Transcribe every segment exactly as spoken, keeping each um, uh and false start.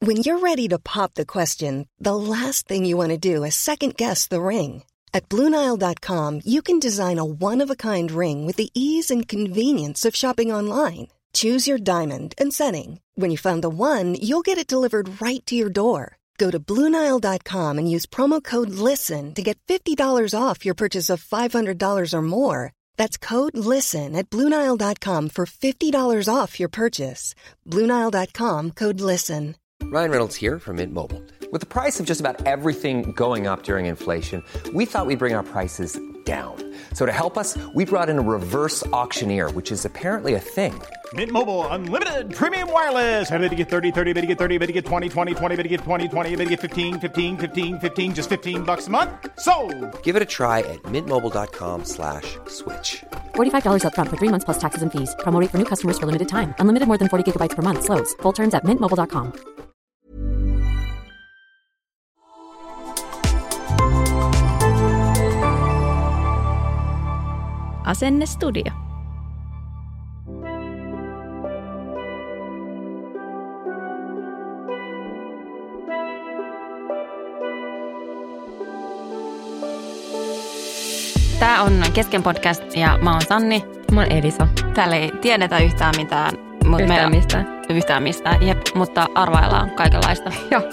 When you're ready to pop the question, the last thing you want to do is second-guess the ring. At Blue Nile dot com, you can design a one-of-a-kind ring with the ease and convenience of shopping online. Choose your diamond and setting. When you find the one, you'll get it delivered right to your door. Go to Blue Nile dot com and use promo code LISTEN to get fifty dollars off your purchase of five hundred dollars or more. That's code LISTEN at Blue Nile dot com for fifty dollars off your purchase. Blue Nile dot com, code LISTEN. Ryan Reynolds here from Mint Mobile. With the price of just about everything going up during inflation, we thought we'd bring our prices down. So to help us, we brought in a reverse auctioneer, which is apparently a thing. Mint Mobile Unlimited Premium Wireless. How to get thirty, thirty, how to get thirty, how to get twenty, twenty, twenty, how to get twenty, twenty, how to get fifteen, fifteen, fifteen, fifteen, just fifteen bucks a month? Sold! Give it a try at mintmobile.com slash switch. forty-five dollars up front for three months plus taxes and fees. Promo rate for new customers for limited time. Unlimited more than forty gigabytes per month. Slows full terms at mint mobile dot com. Asennestudio. Tää on Kesken podcast ja mä oon Sanni. Mä oon Elisa. Täällä ei tiedetä yhtään mitään. Mut yhtään meillä, mistään. Yhtään mistään, jep, mutta arvaillaan kaikenlaista. Joo.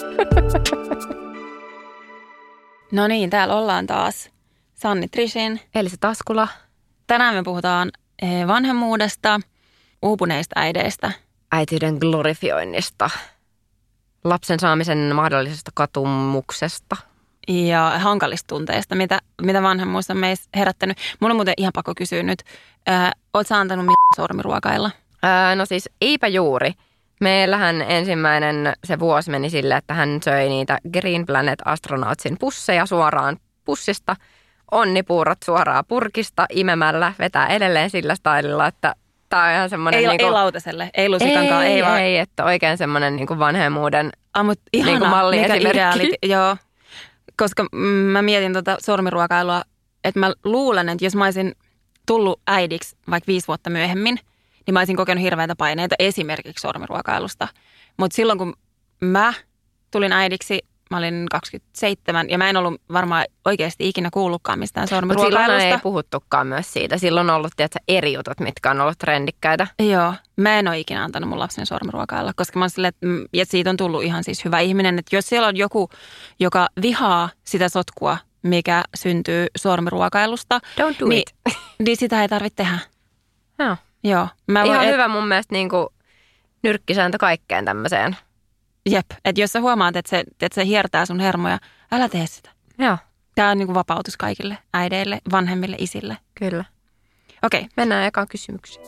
No niin, täällä ollaan taas Sanni Trishin. Elisa Taskula. Tänään me puhutaan vanhemmuudesta, uupuneista äideistä. Äitiyden glorifioinnista. Lapsen saamisen mahdollisesta katumuksesta. Ja hankalista tunteista, mitä, mitä vanhemmuus on meissä herättänyt. Mulla on muuten ihan pakko kysyä nyt. Äh, oot sä antanut mi- sormiruokailla? Ää, no siis eipä juuri. Meillähän ensimmäinen se vuosi meni sille, että hän söi niitä Green Planet Astronautsin pusseja suoraan pussista. Onnipuurot suoraan purkista imemällä, vetää edelleen sillä stylilla, että tää on ihan semmoinen... Ei, niinku, ei lautaselle, ei lusikankaan, ei, ei vaan... Ei, että oikein semmoinen niinku vanhemmuuden ah, mut ihana, niinku malliesimerkki. Ideaalit, joo, koska mä mietin tota sormiruokailua, että mä luulen, että jos mä olisin tullut äidiksi vaikka viisi vuotta myöhemmin, niin mä olisin kokenut hirveitä paineita esimerkiksi sormiruokailusta. Mutta silloin kun mä tulin äidiksi, mä olin kaksikymmentäseitsemän ja mä en ollut varmaan oikeasti ikinä kuullutkaan mistään sormiruokailusta. Mutta silloin ei puhuttukaan myös siitä. Silloin on ollut tietysti, eri jutut, mitkä on ollut trendikkäitä. Joo, mä en ole ikinä antanut mun lapsen sormiruokailla, koska mä oon silleen, että siitä on tullut ihan siis hyvä ihminen. Että jos siellä on joku, joka vihaa sitä sotkua, mikä syntyy sormiruokailusta, Don't do niin, it. niin sitä ei tarvitse tehdä. Joo. Joo. Mä Ihan voin, hyvä et, mun mielestä niinku nyrkkisääntö kaikkeen tämmöiseen. Jep, että jos sä huomaat, että se, että se hiertää sun hermoja, älä tee sitä. Joo. Tämä on niinku vapautus kaikille äideille, vanhemmille, isille. Kyllä. Okei. Okay. Mennään ekaan kysymykseen.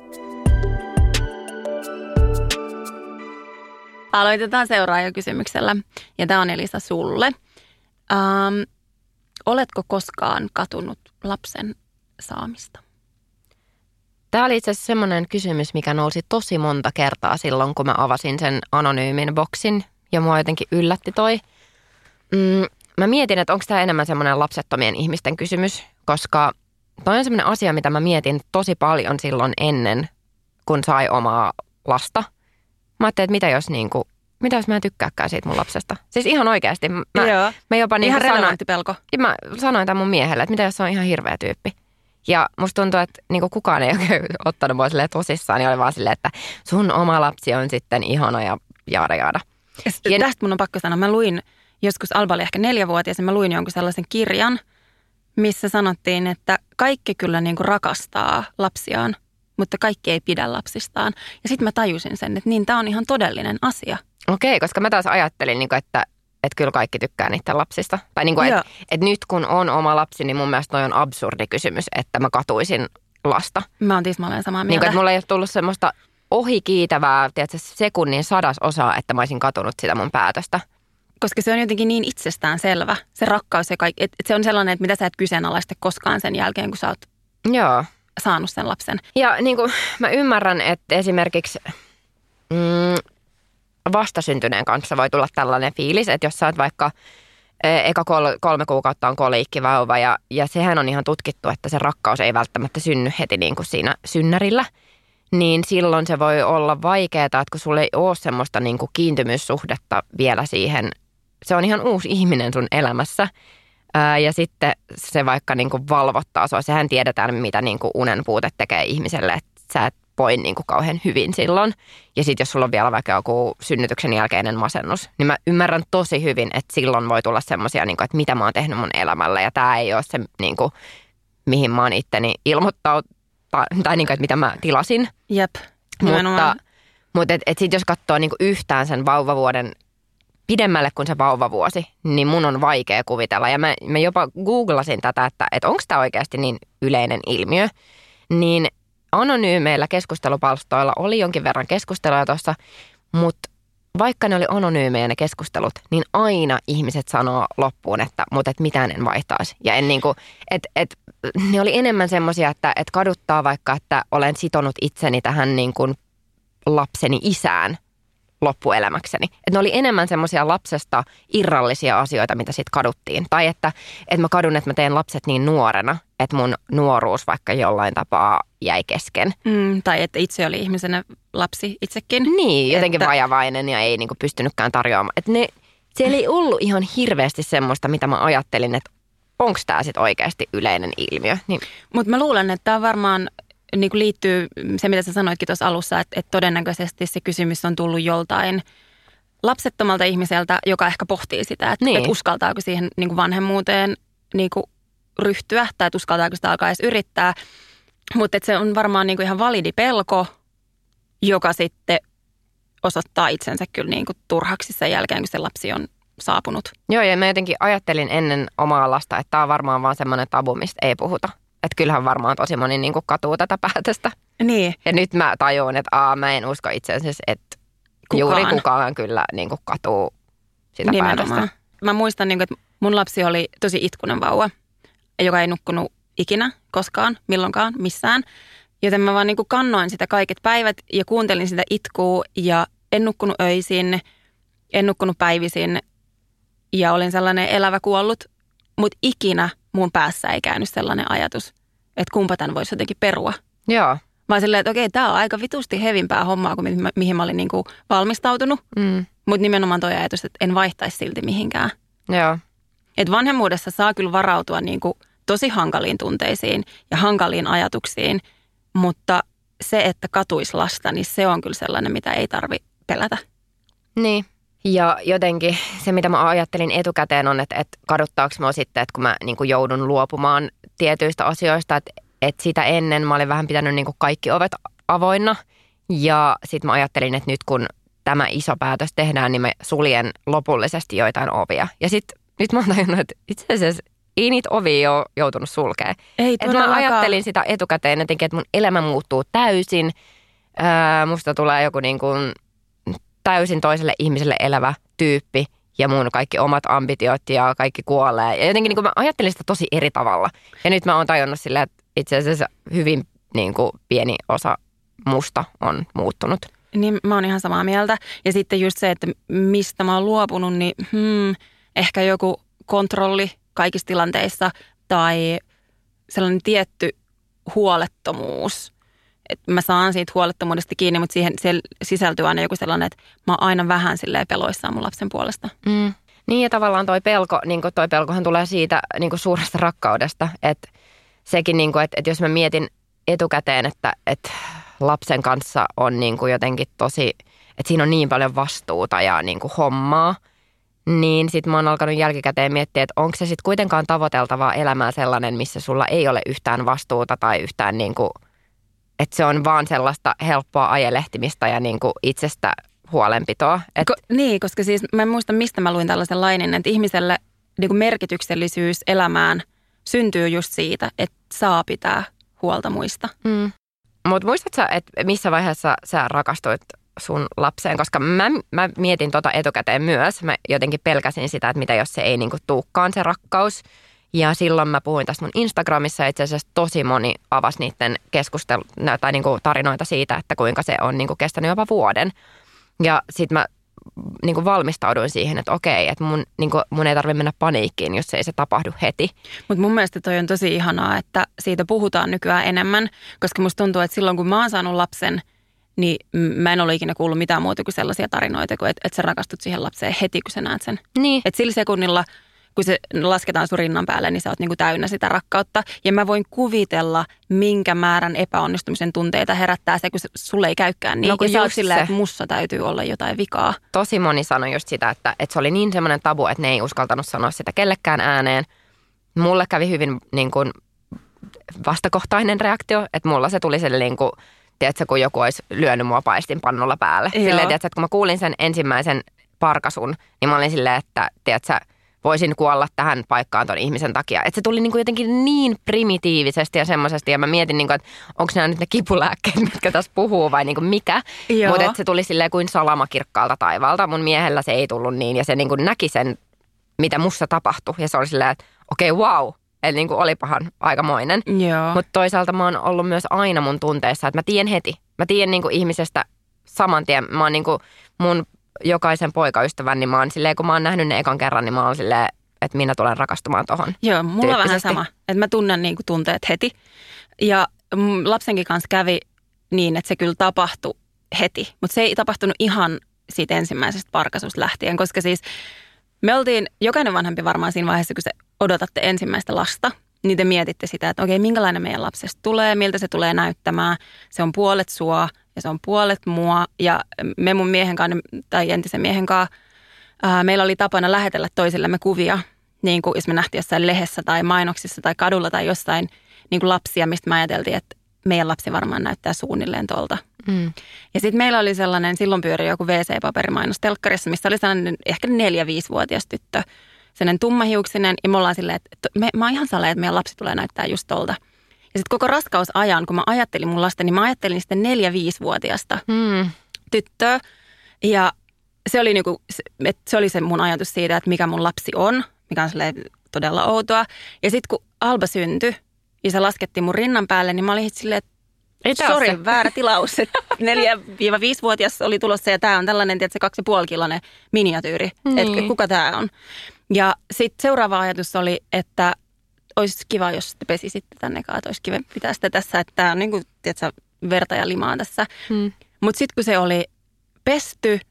Aloitetaan seuraajakysymyksellä. Ja tämä on Elisa sulle. Ähm, oletko koskaan katunut lapsen saamista? Tämä oli itse asiassa semmoinen kysymys, mikä nousi tosi monta kertaa silloin, kun mä avasin sen anonyymin boksin. Ja mua jotenkin yllätti toi. Mm, mä mietin, että onko tämä enemmän semmoinen lapsettomien ihmisten kysymys, koska toi on semmoinen asia, mitä mä mietin tosi paljon silloin ennen, kun sai omaa lasta. Mä ajattelin, että mitä jos, niinku, mitä jos mä en tykkääkään siitä mun lapsesta. Siis ihan oikeasti. Mä, Joo. mä jopa ihan niinku relevantti sanoin, pelko. mä sanoin tämän mun miehelle, että mitä jos se on ihan hirveä tyyppi. Ja musta tuntuu, että niinku kukaan ei ole ottanut mua tosissaan, niin oli vaan silleen, että sun oma lapsi on sitten ihana ja jaada jaada. Ja tästä mun on pakko sanoa. Mä luin joskus, Alba oli ehkä neljävuotias, ja mä luin jonkun sellaisen kirjan, missä sanottiin, että kaikki kyllä niinku rakastaa lapsiaan, mutta kaikki ei pidä lapsistaan. Ja sitten mä tajusin sen, että niin, tää on ihan todellinen asia. Okei, koska mä taas ajattelin, että, että kyllä kaikki tykkää niiden lapsista. Tai niin kuin, että, että nyt kun on oma lapsi, niin mun mielestä toi on absurdi kysymys, että mä katuisin lasta. Mä oon tismalleen samaa mieltä. Niin kuin, että mulla ei ole tullut semmoista ohikiitävää, tiedätkö, sekunnin sadasosaa, että mä olisin katunut sitä mun päätöstä. Koska se on jotenkin niin itsestään selvä, se rakkaus ja kaikki. Että se on sellainen, että mitä sä et kyseenalaista koskaan sen jälkeen, kun sä oot Joo. saanut sen lapsen. Ja niin kuin mä ymmärrän, että esimerkiksi mm, vastasyntyneen kanssa voi tulla tällainen fiilis, että jos sä oot vaikka eka kol, kolme kuukautta on koliikkivauva ja, ja sehän on ihan tutkittu, että se rakkaus ei välttämättä synny heti niin kuin siinä synnärillä. niin silloin se voi olla vaikeaa, että kun sulla ei ole semmoista niin kuin kiintymyssuhdetta vielä siihen. Se on ihan uusi ihminen sun elämässä. Ää, ja sitten se vaikka niin kuin valvottaa sua. Sehän tiedetään, mitä niin kuin unen puute tekee ihmiselle, että sä et voi niin kuin kauhean hyvin silloin. Ja sitten jos sulla on vielä vaikka joku synnytyksen jälkeinen masennus, niin mä ymmärrän tosi hyvin, että silloin voi tulla semmoisia, niin kuin, että mitä mä oon tehnyt mun elämällä. Ja tää ei ole se, niin kuin, mihin mä oon itteni ilmoittanut, tai, tai niin kuin, että mitä mä tilasin. Jep, nimenomaan. Mutta, mutta et, et sitten jos katsoo niin kuin yhtään sen vauvavuoden pidemmälle kuin se vauvavuosi, niin mun on vaikea kuvitella. Ja mä, mä jopa googlasin tätä, että, että onko tämä oikeasti niin yleinen ilmiö. Niin anonyymeillä keskustelupalstoilla oli jonkin verran keskustelua tuossa, mutta vaikka ne oli anonyymejä ne keskustelut, niin aina ihmiset sanoo loppuun, että mutta et mitään en vaihtaisi. Ja en niinku, et, et, ne oli enemmän semmoisia, että et kaduttaa vaikka, että olen sitonut itseni tähän niinku lapseni isään loppuelämäkseni. Että ne oli enemmän semmoisia lapsesta irrallisia asioita, mitä sitten kaduttiin. Tai että, että mä kadun, että mä teen lapset niin nuorena, että mun nuoruus vaikka jollain tapaa jäi kesken. Mm, tai että itse oli ihmisenä lapsi itsekin. Niin, jotenkin että vajavainen ja ei niinku pystynytkään tarjoamaan. Että ne, siellä ei ollut ihan hirveästi semmoista, mitä mä ajattelin, että onko tämä sitten oikeasti yleinen ilmiö. Niin. Mutta mä luulen, että tämä varmaan niin kuin liittyy se, mitä sä sanoitkin tuossa alussa, että, että todennäköisesti se kysymys on tullut joltain lapsettomalta ihmiseltä, joka ehkä pohtii sitä, että, niin. että uskaltaako siihen niin kuin vanhemmuuteen niin kuin ryhtyä tai että uskaltaako sitä alkaa edes yrittää. Mutta se on varmaan niin kuin ihan validi pelko, joka sitten osoittaa itsensä kyllä niin kuin turhaksi sen jälkeen, kun se lapsi on saapunut. Joo, ja mä jotenkin ajattelin ennen omaa lasta, että tämä on varmaan vaan semmoinen tabu, mistä ei puhuta. Että kyllähän varmaan tosi moni niin kuin katuu tätä päätöstä. Niin. Ja nyt mä tajuun, että aa, mä en usko itse asiassa, että kukaan. juuri kukaan kyllä niin kuin katuu sitä nimenomaan päätöstä. Mä muistan, niin kuin, että mun lapsi oli tosi itkunen vauva, joka ei nukkunut ikinä, koskaan, milloinkaan, missään. Joten mä vaan niin kuin kannoin sitä kaiket päivät ja kuuntelin sitä itkua ja en nukkunut öisin, en nukkunut päivisin ja olin sellainen elävä kuollut, mutta ikinä mun päässä ei käynyt sellainen ajatus, että kumpa tämän voisi jotenkin perua. Joo. Mä oon silleen, että okei, tää on aika vitusti hevimpää hommaa kuin mihin mä, mihin mä olin niinku valmistautunut. Mm. Mutta nimenomaan toi ajatus, että en vaihtaisi silti mihinkään. Joo. Että vanhemmuudessa saa kyllä varautua niinku tosi hankaliin tunteisiin ja hankaliin ajatuksiin, mutta se, että katuisi lasta, niin se on kyllä sellainen, mitä ei tarvi pelätä. Niin. Ja jotenkin se, mitä mä ajattelin etukäteen on, että, että kaduttaako mä sitten, että kun mä niin kuin joudun luopumaan tietyistä asioista, että, että sitä ennen mä olin vähän pitänyt niin kuin kaikki ovet avoinna. Ja sitten mä ajattelin, että nyt kun tämä iso päätös tehdään, niin mä suljen lopullisesti joitain ovia. Ja sitten nyt mä oon tajunnut, että itse asiassa ei niitä ovia ole joutunut sulkemaan. Ei että mä ajattelin sitä etukäteen jotenkin, että mun elämä muuttuu täysin. Ää, musta tulee joku niin kuin täysin toiselle ihmiselle elävä tyyppi ja mun kaikki omat ambitiot ja kaikki kuolee. Ja jotenkin niin kuin mä ajattelin sitä tosi eri tavalla. Ja nyt mä oon tajunnut silleen, että itse asiassa hyvin niin kuin pieni osa musta on muuttunut. Niin mä oon ihan samaa mieltä. Ja sitten just se, että mistä mä oon luopunut, niin hmm, ehkä joku kontrolli kaikissa tilanteissa tai sellainen tietty huolettomuus. Että mä saan siitä huolettomuudesta kiinni, mutta siihen sisältyy aina joku sellainen, että mä oon aina vähän silleen peloissaan mun lapsen puolesta. Mm. Niin ja tavallaan toi pelko, niin toi pelkohan tulee siitä niin suuresta rakkaudesta. Että sekin, niin kuin, että, että jos mä mietin etukäteen, että, että lapsen kanssa on niin kuin jotenkin tosi, että siinä on niin paljon vastuuta ja niin kuin hommaa, niin sitten mä oon alkanut jälkikäteen miettiä, että onko se sitten kuitenkaan tavoiteltavaa elämää sellainen, missä sulla ei ole yhtään vastuuta tai yhtään niin kuin, että se on vaan sellaista helppoa ajelehtimistä ja niin kuin itsestä huolenpitoa. Et Ko, niin, koska siis mä en muista, mistä mä luin tällaisen lainin, että ihmiselle niin kuin merkityksellisyys elämään syntyy just siitä, että saa pitää huolta muista. Mm. Mutta muistatko sä, että missä vaiheessa sä rakastuit sun lapseen? Koska mä, mä mietin tota etukäteen myös. Mä jotenkin pelkäsin sitä, että mitä jos se ei niinku tuukkaan se rakkaus. Ja silloin mä puhuin tästä mun Instagramissa. Itse asiassa tosi moni avasi niiden keskustelu tai niinku tarinoita siitä, että kuinka se on niinku kestänyt jopa vuoden. Ja sit mä niin kuin valmistauduin siihen, että okei, että mun, niin kuin, mun ei tarvitse mennä paniikkiin, jos ei se tapahdu heti. Mutta mun mielestä toi on tosi ihanaa, että siitä puhutaan nykyään enemmän, koska musta tuntuu, että silloin kun mä oon saanut lapsen, niin mä en ole ikinä kuullut mitään muuta kuin sellaisia tarinoita, kuin että, että sä rakastut siihen lapseen heti, kun sä näet sen. Niin. Että sillä sekunnilla, kun se lasketaan sun rinnan päälle, niin sä oot niinku täynnä sitä rakkautta. Ja mä voin kuvitella, minkä määrän epäonnistumisen tunteita herättää se, kun se, sulle ei käykään niin. No, ja sä oot silleen, se. että mussa täytyy olla jotain vikaa. Tosi moni sanoi just sitä, että, että se oli niin semmoinen tabu, että ne ei uskaltanut sanoa sitä kellekään ääneen. Mulle kävi hyvin niin kuin vastakohtainen reaktio, että mulla se tuli sellainen niin kuin, tiedätkö, kun joku olisi lyönyt mua paistinpannulla päälle. Joo. Silleen, tiedätkö, että kun mä kuulin sen ensimmäisen parkasun, niin mä olin silleen, että tiedätkö, voisin kuolla tähän paikkaan ton ihmisen takia. Että se tuli niin kuin jotenkin niin primitiivisesti ja semmoisesti, ja mä mietin, niin kuin, että onko nämä nyt ne kipulääkkeet, mitkä tässä puhuu, vai niin kuin mikä. Mutta se tuli silleen kuin salama kirkkaalta taivaalta. Mun miehellä se ei tullut niin, ja se niin kuin näki sen, mitä musta tapahtui. Ja se oli silleen, että okei, okay, wow. Eli niin kuin olipahan aikamoinen. Mutta toisaalta mä oon ollut myös aina mun tunteissa, että mä tiedän heti. Mä tiedän niin kuin ihmisestä saman tien. Mä oon niin kuin mun jokaisen poikaystävän, niin mä oon silleen, kun mä oon nähnyt ne ekan kerran, niin mä oon silleen, että minä tulen rakastumaan tohon. Joo, mulla on vähän sama. Että mä tunnen niin kuin tunteet heti. Ja lapsenkin kanssa kävi niin, että se kyllä tapahtui heti. Mutta se ei tapahtunut ihan siitä ensimmäisestä parkaisusta lähtien, koska siis me oltiin, jokainen vanhempi varmaan siinä vaiheessa, kun se odotatte ensimmäistä lasta, niin te mietitte sitä, että okei, minkälainen meidän lapsesta tulee, miltä se tulee näyttämään. Se on puolet sua ja se on puolet mua. Ja me mun miehen kanssa, tai entisen miehen kanssa, ää, meillä oli tapana lähetellä toisillemme kuvia, niin kuin jos me nähtiin jossain lehdessä tai mainoksissa tai kadulla tai jossain niin kuin lapsia, mistä me ajateltiin, että meidän lapsi varmaan näyttää suunnilleen tuolta. Mm. Ja sitten meillä oli sellainen, silloin pyöri joku wee see-paperimainos telkkarissa, missä oli sellainen ehkä neljä-viisivuotias tyttö, sellainen tummahiuksinen, ja me ollaan silleen, että me, mä oon ihan saleen, että meidän lapsi tulee näyttää just tolta. Ja sitten koko raskausajan, kun mä ajattelin mun lasta, niin mä ajattelin sitten neljä-viisivuotiasta mm. tyttöä. Ja se oli, niinku, se oli se mun ajatus siitä, että mikä mun lapsi on, mikä on todella outoa. Ja sitten kun Alba syntyi, ja se laskettiin mun rinnan päälle, niin mä olin silleen, että sori, väärä tilaus. neljä-viisivuotias oli tulossa ja tää on tällainen, tiedätkö, kaksi ja puoli kiloinen miniatyyri. Niin. Että kuka tää on? Ja sitten seuraava ajatus oli, että olisi kiva, jos te pesisitte tänne kanssa, että olisi kiva pitää sitä tässä, että tää on niin kuin, tiedätkö, verta ja limaa tässä. Hmm. Mutta sitten kun se oli pesty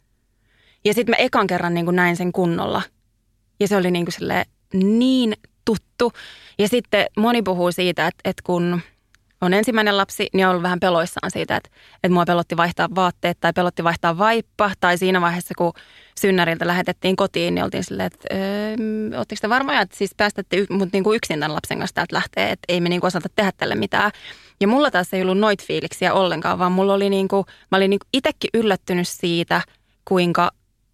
ja sitten mä ekan kerran niin kuin näin sen kunnolla ja se oli niin kuin silleen niin tuttu. Ja sitten moni puhuu siitä, että, että kun on ensimmäinen lapsi, niin on ollut vähän peloissaan siitä, että, että mua pelotti vaihtaa vaatteet tai pelotti vaihtaa vaippa. Tai siinä vaiheessa, kun synnäriltä lähetettiin kotiin, niin oltiin silleen, että öö, ootteko te varmaan, että siis päästätte mut niinku yksin tämän lapsen kanssa täältä lähtee, että ei me niinku osata tehdä tälle mitään. Ja mulla taas ei ollut noit fiiliksiä ollenkaan, vaan mulla oli niinku, mä olin niinku itsekin yllättynyt siitä, kuinka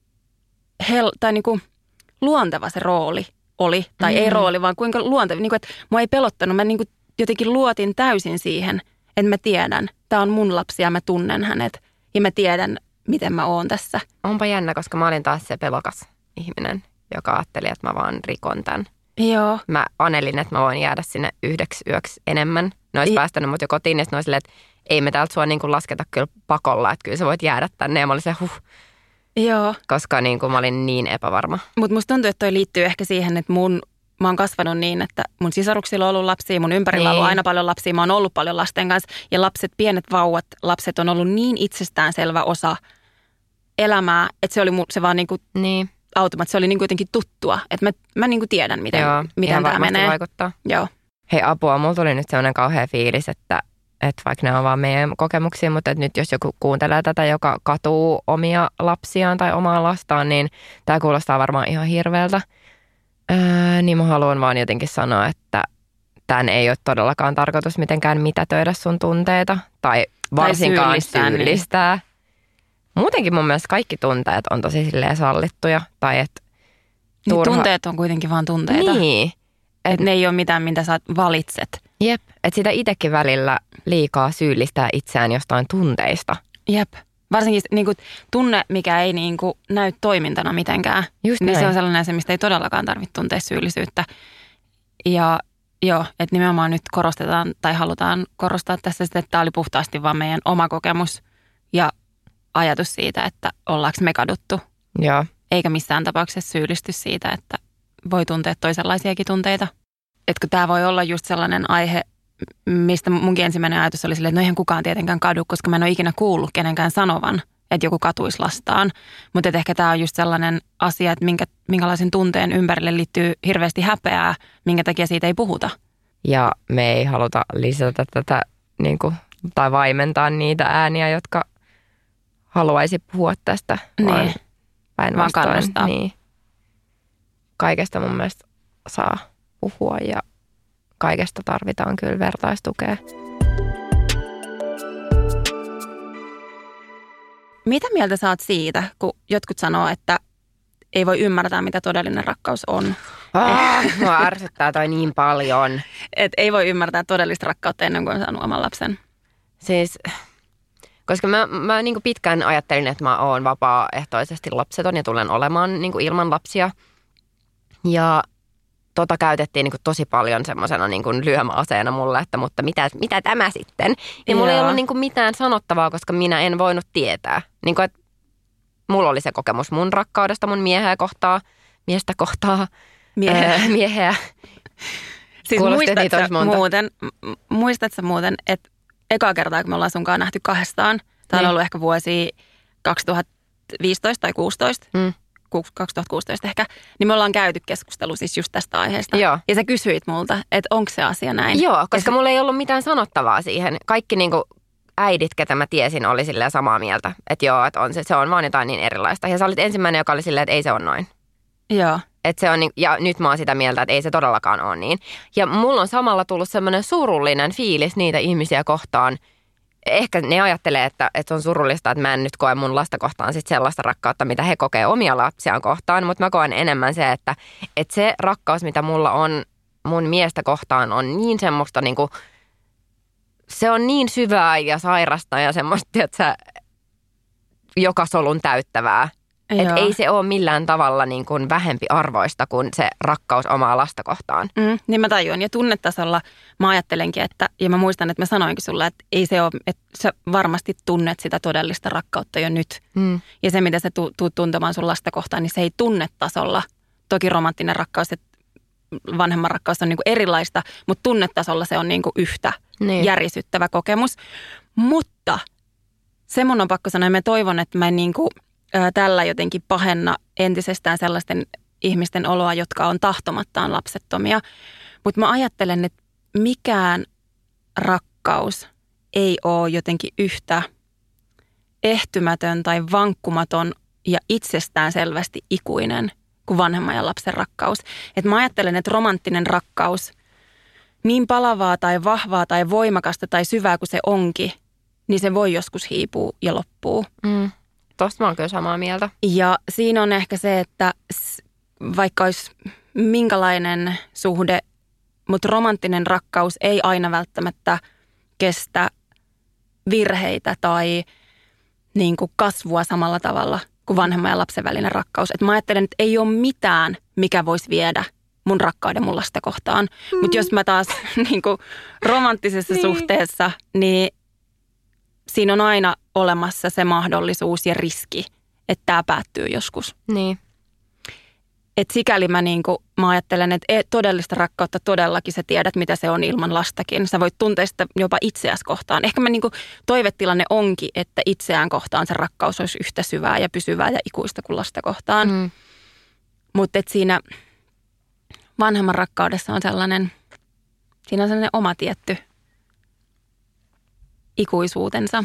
hel, tai niinku luonteva se rooli oli. Tai mm. ei rooli, vaan kuinka luonteva, niinku, että mua ei pelottanut, mä niinku jotenkin luotin täysin siihen, että mä tiedän, tämä on mun lapsi ja mä tunnen hänet ja mä tiedän, miten mä oon tässä. Onpa jännä, koska mä olin taas se pelokas ihminen, joka ajatteli, että mä vaan rikon tämän. Joo. Mä anelin, että mä voin jäädä sinne yhdeksi yöksi enemmän. Ne olisi I... päästänyt mut jo kotiin ja sitten silleen, että ei me täältä sua niin kuin lasketa kyllä pakolla, että kyllä sä voit jäädä tänne. Ja mä olin se huh. Joo. Koska niin kuin mä olin niin epävarma. Mutta musta tuntuu, että toi liittyy ehkä siihen, että mun Mä oon kasvanut niin, että mun sisaruksilla on ollut lapsia, mun ympärillä on ollut aina paljon lapsia, mä oon ollut paljon lasten kanssa. Ja lapset, pienet vauvat, lapset on ollut niin itsestäänselvä osa elämää, että se oli se vaan niinku niin. automaatti, se oli niinku jotenkin tuttua. Että mä, mä niinku tiedän, miten, Joo, miten tämä menee. Vaikuttaa. Joo. Hei apua, mulla tuli nyt sellainen kauhea fiilis, että, että vaikka ne on vaan meidän kokemuksia, mutta että nyt jos joku kuuntelee tätä, joka katuu omia lapsiaan tai omaa lastaan, niin tämä kuulostaa varmaan ihan hirveältä. Öö, niin mä haluan vaan jotenkin sanoa, että tämän ei ole todellakaan tarkoitus mitenkään mitätöidä sun tunteita tai varsinkaan tai syyllistää. syyllistää. Niin. Muutenkin mun mielestä kaikki tunteet on tosi silleen sallittuja. Tai et turha... niin tunteet on kuitenkin vaan tunteita. Niin. Että ne ei ole mitään, mitä sä valitset. Jep. Että sitä itsekin välillä liikaa syyllistää itseään jostain tunteista. Jep. Varsinkin niin kuin, tunne, mikä ei niin kuin, näy toimintana mitenkään. Just niin näin. Se on sellainen asia, mistä ei todellakaan tarvitse tuntea syyllisyyttä. Ja joo, että nimenomaan nyt korostetaan tai halutaan korostaa tässä sitä, että tämä oli puhtaasti vaan meidän oma kokemus ja ajatus siitä, että ollaanko me kaduttu Joo. Eikä missään tapauksessa syyllisty siitä, että voi tuntea toisenlaisiakin tunteita. Että kun tämä voi olla just sellainen aihe, mistä munkin ensimmäinen ajatus oli silleen, että no eihän kukaan tietenkään kadu, koska mä en ole ikinä kuullut kenenkään sanovan, että joku katuisi lastaan. Mutta ehkä tämä on just sellainen asia, että minkä, minkälaisen tunteen ympärille liittyy hirveästi häpeää, minkä takia siitä ei puhuta. Ja me ei haluta lisätä tätä niin kuin, tai vaimentaa niitä ääniä, jotka haluaisi puhua tästä. Niin. Vaan päinvastoin. Vaan kannustaa. Niin. Kaikesta mun mielestä saa puhua ja kaikesta tarvitaan kyllä vertaistukea. Mitä mieltä sä oot siitä, kun jotkut sanoo, että ei voi ymmärtää, mitä todellinen rakkaus on? Ah, mua ärsyttää toi niin paljon. Et ei voi ymmärtää todellista rakkautta ennen kuin on saanut oman lapsen. Siis, koska mä, mä niin kuin pitkään ajattelin, että mä oon vapaaehtoisesti lapseton ja tulen olemaan niin kuin ilman lapsia. Ja tota käytettiin niin kuin tosi paljon semmoisena niin kuin lyömäaseena mulle, että mutta mitä, mitä tämä sitten? Ja mulla ei ollut niin kuin mitään sanottavaa, koska minä en voinut tietää. Niin kuin, että mulla oli se kokemus mun rakkaudesta mun mieheä kohtaa, miestä kohtaa, Mieheä. Ää, mieheä. Siis muistatko muuten, muistatko muuten, että ekaa kertaa, kun me ollaan sunkaan nähty kahdestaan, tämä on niin. ollut ehkä vuosi kaksituhattaviisitoista tai kuusitoista, Mm. kaksituhattakuusitoista ehkä, niin me ollaan käyty keskustelu siis just tästä aiheesta. Joo. Ja sä kysyit multa, että onko se asia näin. Joo, koska se... mulla ei ollut mitään sanottavaa siihen. Kaikki niinku äidit, ketä mä tiesin, oli silleen samaa mieltä. Että joo, että on se, se on vaan jotain niin erilaista. Ja sä olit ensimmäinen, joka oli silleen, että ei se ole noin. Joo. Että se on, ja nyt mä oon sitä mieltä, että ei se todellakaan ole niin. Ja mulla on samalla tullut semmoinen surullinen fiilis niitä ihmisiä kohtaan. Ehkä ne ajattelee, että, että se on surullista, että mä en nyt koe mun lasta kohtaan sit sellaista rakkautta, mitä he kokee omia lapsiaan kohtaan. Mutta mä koen enemmän se, että, että se rakkaus, mitä mulla on mun miestä kohtaan, on niin semmoista niinku, se on niin syvää ja sairasta ja semmoista, että sä, joka solun täyttävää. Että ei se ole millään tavalla niin kuin vähempi arvoista kuin se rakkaus omaa lasta kohtaan. Mm, niin mä tajuan. Ja tunnetasolla mä ajattelenkin, että, ja mä muistan, että mä sanoinkin sulle, että ei se ole, että sä varmasti tunnet sitä todellista rakkautta jo nyt. Mm. Ja se, mitä sä tu, tuut tuntemaan sun lasta kohtaan, niin se ei tunnetasolla. Toki romanttinen rakkaus, että vanhemman rakkaus on niin kuin erilaista, mutta tunnetasolla se on niin kuin yhtä niin. järisyttävä kokemus. Mutta se mun on pakko sanoa, ja mä toivon, että mä en niin kuin tällä jotenkin pahenna entisestään sellaisten ihmisten oloa, jotka on tahtomattaan lapsettomia. Mutta mä ajattelen, että mikään rakkaus ei ole jotenkin yhtä ehtymätön tai vankkumaton ja itsestään selvästi ikuinen kuin vanhemman ja lapsen rakkaus. Et mä ajattelen, että romanttinen rakkaus, niin palavaa tai vahvaa tai voimakasta tai syvää kuin se onkin, niin se voi joskus hiipua ja loppuu. Mm. Tuosta mä oon kyllä samaa mieltä. Ja siinä on ehkä se, että vaikka olisi minkälainen suhde, mutta romanttinen rakkaus ei aina välttämättä kestä virheitä tai niin kuin kasvua samalla tavalla kuin vanhemman ja lapsen välinen rakkaus. Et mä ajattelen, että ei ole mitään, mikä voisi viedä mun rakkauden mun lasta kohtaan. Mm. Mutta jos mä taas niin kuin romanttisessa niin. suhteessa, niin siinä on aina olemassa se mahdollisuus ja riski, että tämä päättyy joskus. Niin. Et sikäli mä, niinku, mä ajattelen, että todellista rakkautta todellakin sä tiedät, mitä se on ilman lastakin. Sä voit tuntea sitä jopa itseäsi kohtaan. Ehkä mä niinku, toivetilanne onkin, että itseään kohtaan se rakkaus olisi yhtä syvää ja pysyvää ja ikuista kuin lasta kohtaan. Mm. Mutta siinä vanhemman rakkaudessa on sellainen, siinä on sellainen oma tietty ikuisuutensa.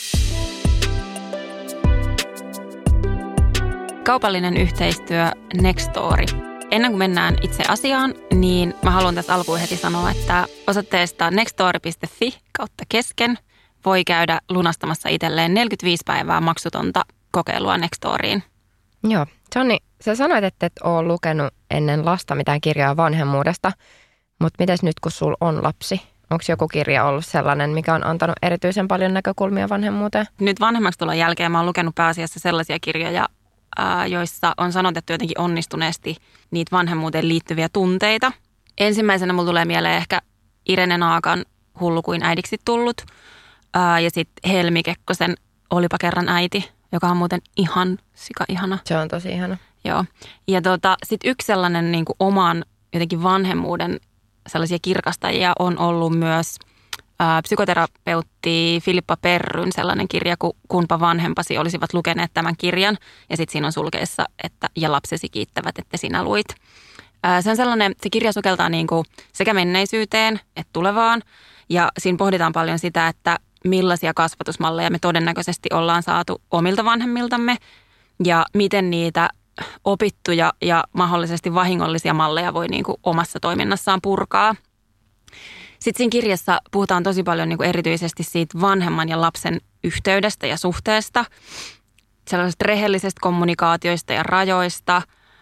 Kaupallinen yhteistyö Nextory. Ennen kuin mennään itse asiaan, niin mä haluan tässä alkuun heti sanoa, että osoitteesta nextory piste fi kautta kesken voi käydä lunastamassa itselleen neljäkymmentäviisi päivää maksutonta kokeilua Nextoryin. Joo. Jonni, sä sanoit, että et ole lukenut ennen lasta mitään kirjaa vanhemmuudesta, mutta mites nyt kun sulla on lapsi? Onko joku kirja ollut sellainen, mikä on antanut erityisen paljon näkökulmia vanhemmuuteen? Nyt vanhemmaksi tulon jälkeen mä oon lukenut pääasiassa sellaisia kirjoja, joissa on sanotettu jotenkin onnistuneesti niitä vanhemmuuteen liittyviä tunteita. Ensimmäisenä mulla tulee mieleen ehkä Irene Naakan Hullu kuin äidiksi tullut ja sitten Helmi Kekkosen Olipa kerran äiti, joka on muuten ihan sika ihana. Se on tosi ihana. Joo. Ja tota, sitten yksi sellainen niin kuin oman jotenkin vanhemmuuden sellaisia kirkastajia on ollut myös ää, psykoterapeutti Filippa Perryn sellainen kirja, kun Kunpa vanhempasi olisivat lukeneet tämän kirjan. Ja sitten siinä on sulkeessa, että ja lapsesi kiittävät, että sinä luit. Ää, se on sellainen, se kirja sukeltaa niin kuin sekä menneisyyteen että tulevaan. Ja siinä pohditaan paljon sitä, että millaisia kasvatusmalleja me todennäköisesti ollaan saatu omilta vanhemmiltamme ja miten niitä opittuja ja mahdollisesti vahingollisia malleja voi niin kuin omassa toiminnassaan purkaa. Sitten siinä kirjassa puhutaan tosi paljon niin kuin erityisesti siitä vanhemman ja lapsen yhteydestä ja suhteesta, sellaisesta rehellisestä kommunikaatioista ja rajoista.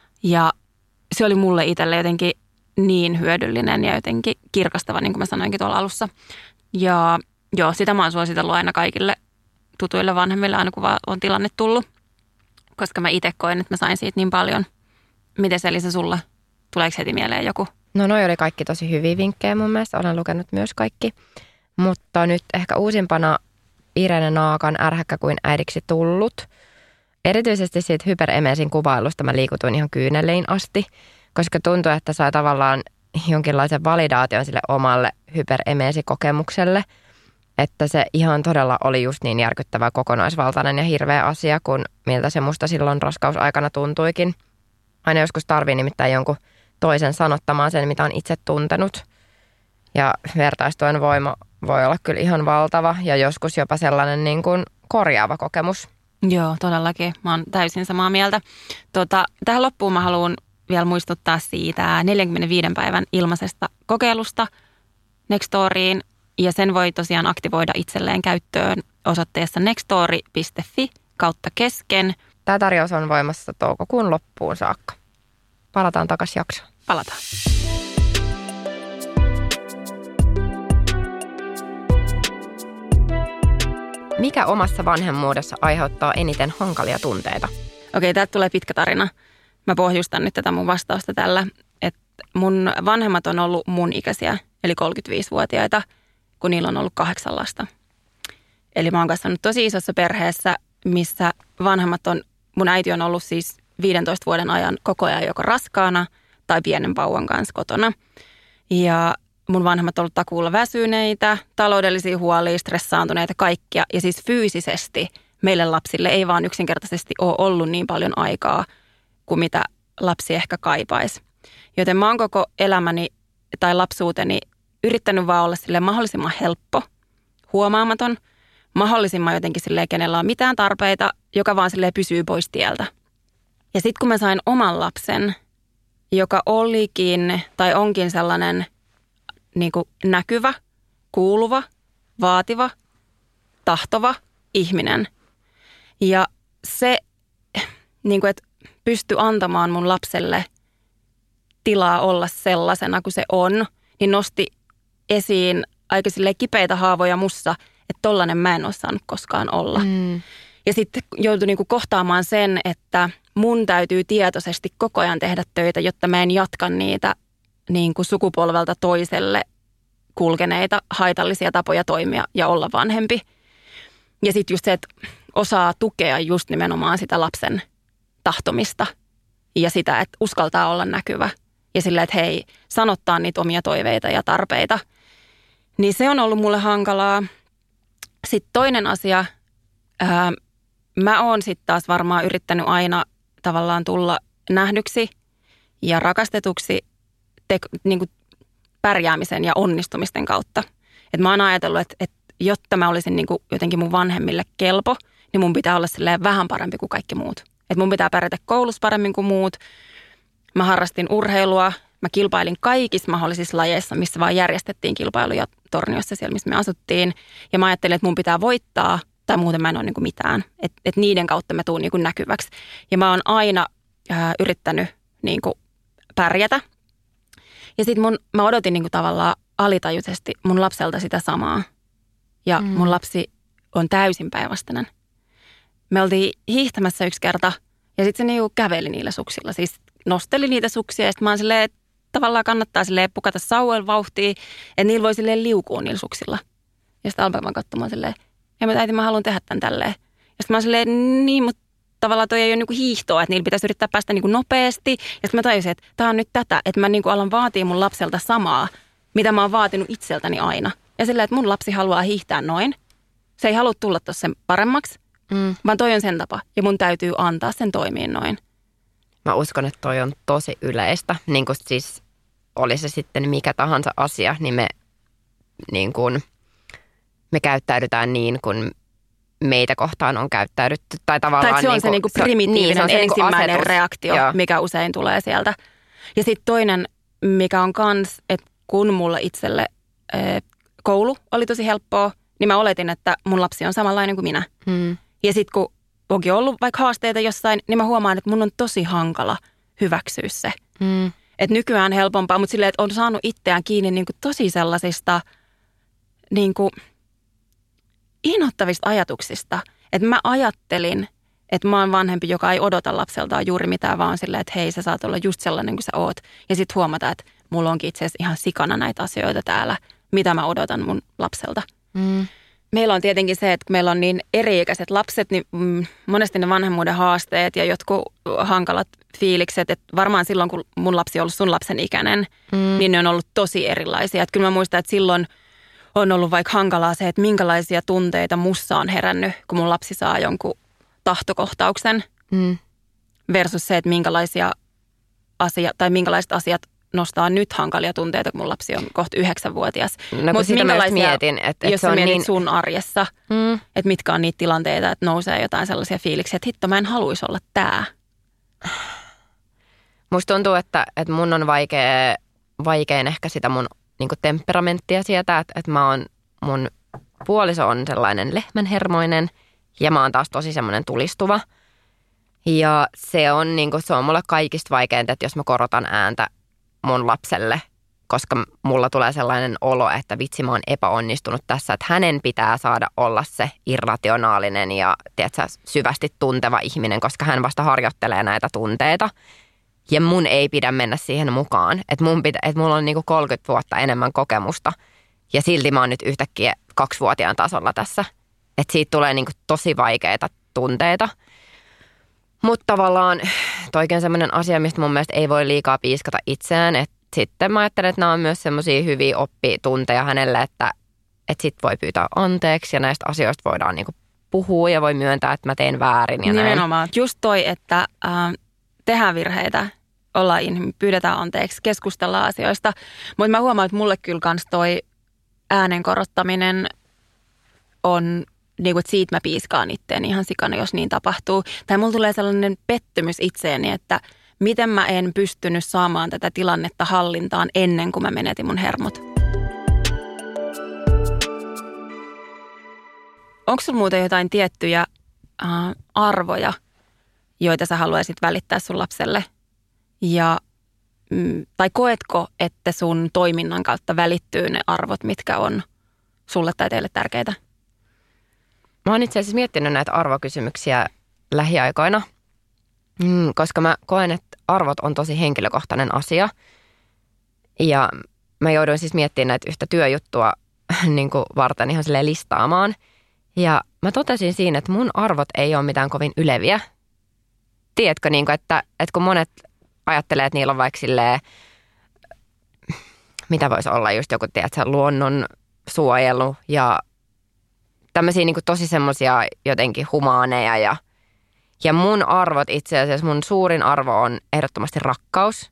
Ja se oli mulle itselle jotenkin niin hyödyllinen ja jotenkin kirkastava, niin kuin mä sanoinkin tuolla alussa. Ja joo, sitä mä oon suositellut aina kaikille tutuille vanhemmille, aina kun vaan on tilanne tullut. Koska mä itse koen, että mä sain siitä niin paljon. Miten se Elisa sulla? Tuleeko heti mieleen joku? No noi oli kaikki tosi hyviä vinkkejä mun mielestä. Olen lukenut myös kaikki. Mutta nyt ehkä uusimpana Irene Naakan Ärhäkkä kuin äidiksi tullut. Erityisesti siitä hyperemeesin kuvailusta mä liikutuin ihan kyyneliin asti. Koska tuntui, että sai tavallaan jonkinlaisen validaation sille omalle hyperemeesikokemukselle. Että se ihan todella oli just niin järkyttävä kokonaisvaltainen ja hirveä asia, kuin miltä se musta silloin raskausaikana tuntuikin. Aina joskus tarvii nimittäin jonkun toisen sanottamaan sen, mitä on itse tuntenut. Ja vertaistuen voima voi olla kyllä ihan valtava ja joskus jopa sellainen niin kuin korjaava kokemus. Joo, todellakin. Mä oon täysin samaa mieltä. Tota, tähän loppuun mä haluan vielä muistuttaa siitä neljänkymmenenviiden päivän ilmaisesta kokeilusta Nextoriin. Ja sen voi tosiaan aktivoida itselleen käyttöön osoitteessa nextory piste fi kautta kesken. Tämä tarjous on voimassa toukokuun loppuun saakka. Palataan takaisin jaksoon. Palataan. Mikä omassa vanhemmuudessa aiheuttaa eniten hankalia tunteita? Okei, täältä tulee pitkä tarina. Mä pohjustan nyt tätä mun vastausta tällä, että mun vanhemmat on ollut mun ikäisiä, eli kolmekymmentäviisivuotiaita, kun niillä on ollut kahdeksan lasta. Eli mä oon kasvanut tosi isossa perheessä, missä vanhemmat on, mun äiti on ollut siis viidentoista vuoden ajan koko ajan joko raskaana tai pienen vauvan kanssa kotona. Ja mun vanhemmat on ollut takuulla väsyneitä, taloudellisia huolia, stressaantuneita, kaikkia. Ja siis fyysisesti meille lapsille ei vaan yksinkertaisesti ole ollut niin paljon aikaa kuin mitä lapsi ehkä kaipaisi. Joten mä oon koko elämäni tai lapsuuteni yrittänyt vaan olla silleen mahdollisimman helppo, huomaamaton, mahdollisimman jotenkin silleen, kenellä on mitään tarpeita, joka vaan silleen pysyy pois tieltä. Ja sitten kun mä sain oman lapsen, joka olikin tai onkin sellainen niin kuin näkyvä, kuuluva, vaativa, tahtova ihminen. Ja se, niin kuin, että pystyi antamaan mun lapselle tilaa olla sellaisena kuin se on, niin nosti esiin aika silleen kipeitä haavoja mussa, että tollainen mä en ole saanut koskaan olla. Mm. Ja sitten joutui niinku kohtaamaan sen, että mun täytyy tietoisesti koko ajan tehdä töitä, jotta mä en jatka niitä niinku sukupolvelta toiselle kulkeneita haitallisia tapoja toimia ja olla vanhempi. Ja sitten just se, että osaa tukea just nimenomaan sitä lapsen tahtomista ja sitä, että uskaltaa olla näkyvä. Ja sillä, että hei, sanottaa niitä omia toiveita ja tarpeita. Niin se on ollut mulle hankalaa. Sitten toinen asia, ää, mä oon sitten taas varmaan yrittänyt aina tavallaan tulla nähdyksi ja rakastetuksi te, niin kuin pärjäämisen ja onnistumisten kautta. Et mä oon ajatellut, että, että jotta mä olisin niin kuin jotenkin mun vanhemmille kelpo, niin mun pitää olla silleen vähän parempi kuin kaikki muut. Että mun pitää pärjätä koulussa paremmin kuin muut. Mä harrastin urheilua. Mä kilpailin kaikissa mahdollisissa lajeissa, missä vaan järjestettiin kilpailuja Torniossa siellä, missä me asuttiin. Ja mä ajattelin, että mun pitää voittaa, tai muuten mä en ole niin kuin mitään. Että et niiden kautta mä tuun niin kuin näkyväksi. Ja mä oon aina ää, yrittänyt niin kuin pärjätä. Ja sit mun, mä odotin niin kuin tavallaan alitajuisesti mun lapselta sitä samaa. Ja mm. mun lapsi on täysin päinvastainen. Me oltiin hiihtämässä yksi kerta, ja sitten se niinku käveli niillä suksilla. Siis nosteli niitä suksia, ja sitten mä oon silleen, että tavallaan kannattaa silleen pukata sauvoilla vauhtia, että niillä voi silleen liukua niillä suksilla. Ja sitten alkaa vaan katsomaan silleen, ja mä äiti, mä haluan tehdä tämän tälleen. sitten mä oon silleen, niin, mutta tavallaan toi ei ole niinku hiihtoa, että niillä pitäisi yrittää päästä niinku nopeasti. Ja sitten mä tajusin, että tää on nyt tätä, että mä niinku alan vaatia mun lapselta samaa, mitä mä oon vaatinut itseltäni aina. Ja silleen, että mun lapsi haluaa hiihtää noin. Se ei halua tulla tuossa sen paremmaksi, mm. vaan toi on sen tapa. Ja mun täytyy antaa sen toimia noin. Mä uskon, että toi on tosi yleistä. Niin kuin siis oli se sitten mikä tahansa asia, niin me, niin kuin, me käyttäydytään niin kuin meitä kohtaan on käyttäydytty. Tai tavallaan tai se on niin se kuin, niinku primitiivinen se on se ensimmäinen niinku reaktio, Joo. mikä usein tulee sieltä. Ja sitten toinen, mikä on kans, että kun mulla itselle e, koulu oli tosi helppoa, niin mä oletin, että mun lapsi on samanlainen kuin minä. Hmm. Ja sitten kun onkin ollut vaikka haasteita jossain, niin mä huomaan, että mun on tosi hankala hyväksyä se. Hmm. Että nykyään helpompaa, mutta silleen, että on saanut itseään kiinni niinku tosi sellaisista niinku inhottavista ajatuksista. Että mä ajattelin, että mä oon vanhempi, joka ei odota lapseltaan juuri mitään, vaan silleen, että hei, sä saat olla just sellainen kuin sä oot. Ja sitten huomata, että mulla onkin itse asiassa ihan sikana näitä asioita täällä, mitä mä odotan mun lapselta. Mm. Meillä on tietenkin se, että kun meillä on niin eri-ikäiset lapset, niin mm, monesti ne vanhemmuuden haasteet ja jotkut hankalat fiilikset, että varmaan silloin, kun mun lapsi on ollut sun lapsen ikäinen, mm. niin ne on ollut tosi erilaisia. Että kyllä mä muistan, että silloin on ollut vaikka hankalaa se, että minkälaisia tunteita mussa on herännyt, kun mun lapsi saa jonkun tahtokohtauksen mm. versus se, että minkälaisia asia, tai minkälaiset asiat nostaa nyt hankalia tunteita, kun mun lapsi on kohta yhdeksänvuotias. No kun sitä mä mietin, että, jos että se on mietit niin sun arjessa, mm. että mitkä on niitä tilanteita, että nousee jotain sellaisia fiiliksiä, että hitto, mä en haluaisi olla tää. Musta tuntuu, että, että mun on vaikea, vaikein ehkä sitä mun niin kuin temperamenttia sieltä, että, että mä oon, mun puoliso on sellainen lehmänhermoinen ja mä oon taas tosi semmoinen tulistuva. Ja se on, niin kuin, se on mulle kaikista vaikeinta, että jos mä korotan ääntä mun lapselle, koska mulla tulee sellainen olo, että vitsi, mä oon epäonnistunut tässä, että hänen pitää saada olla se irrationaalinen ja tiedätkö, syvästi tunteva ihminen, koska hän vasta harjoittelee näitä tunteita. Ja mun ei pidä mennä siihen mukaan, että, mun pitä, että mulla on niinku kolmekymmentä vuotta enemmän kokemusta ja silti mä oon nyt yhtäkkiä kaksivuotiaan tasolla tässä. Että siitä tulee niinku tosi vaikeita tunteita. Mutta tavallaan toikin semmoinen asia, mistä mun mielestä ei voi liikaa piiskata itseään. Että sitten mä ajattelen, että nämä on myös semmoisia hyviä oppitunteja hänelle, että, että sit voi pyytää anteeksi ja näistä asioista voidaan niinku puhua ja voi myöntää, että mä teen väärin ja Nimenomaan. Näin. Just toi, että äh, tehdään virheitä, ollaan inhimillisiä, pyydetään anteeksi, keskustellaan asioista. Mutta mä huomaan, että mulle kyllä kans toi äänen korottaminen on niin kuin, että siitä mä piiskaan itteeni ihan sikana, jos niin tapahtuu. Tai mulla tulee sellainen pettymys itseeni, että miten mä en pystynyt saamaan tätä tilannetta hallintaan ennen kuin mä menetin mun hermot. Onko sulla muuten jotain tiettyjä äh, arvoja, joita sä haluaisit välittää sun lapselle? Ja, mm, tai koetko, että sun toiminnan kautta välittyy ne arvot, mitkä on sulle tai teille tärkeitä? Mä oon itse asiassa miettinyt näitä arvokysymyksiä lähiaikoina, mm, koska mä koen, että arvot on tosi henkilökohtainen asia. Ja mä jouduin siis miettimään näitä yhtä työjuttua niin kuin varten ihan silleen listaamaan. Ja mä totesin siinä, että mun arvot ei ole mitään kovin yleviä. Tiedätkö, niin kuin, että, että kun monet ajattelee, että niillä on vaikka silleen, mitä voisi olla just joku, tiedätkö, luonnon suojelu ja tämmöisiä niin kuin tosi semmoisia jotenkin humaaneja ja, ja mun arvot itse asiassa, mun suurin arvo on ehdottomasti rakkaus.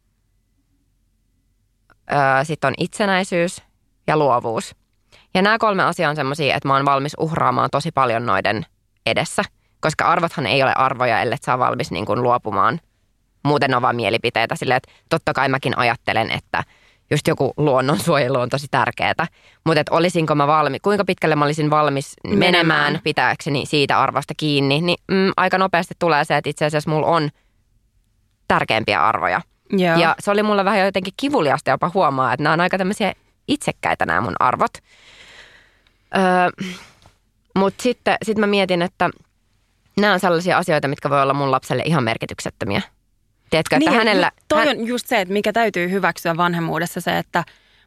Öö, sitten on itsenäisyys ja luovuus. Ja nämä kolme asiaa on semmoisia, että mä oon valmis uhraamaan tosi paljon noiden edessä, koska arvothan ei ole arvoja, ellei sä ole valmis niin kuin luopumaan. Muuten on vaan mielipiteitä silleen, että totta kai mäkin ajattelen, että just joku luonnonsuojelu on tosi tärkeää. Mutta että olisinko mä valmis, kuinka pitkälle mä olisin valmis menemään, menemään pitääkseni siitä arvosta kiinni, niin mm, aika nopeasti tulee se, että itse asiassa mulla on tärkeämpiä arvoja. Joo. Ja se oli mulle vähän jotenkin kivuliasta jopa huomaa, että nämä on aika tämmöisiä itsekkäitä nämä mun arvot. Öö, Mutta sitten sit mä mietin, että nämä on sellaisia asioita, mitkä voi olla mun lapselle ihan merkityksettömiä. Tiedätkö, että niin, hänellä... Toi hän... on just se, että mikä täytyy hyväksyä vanhemmuudessa se, että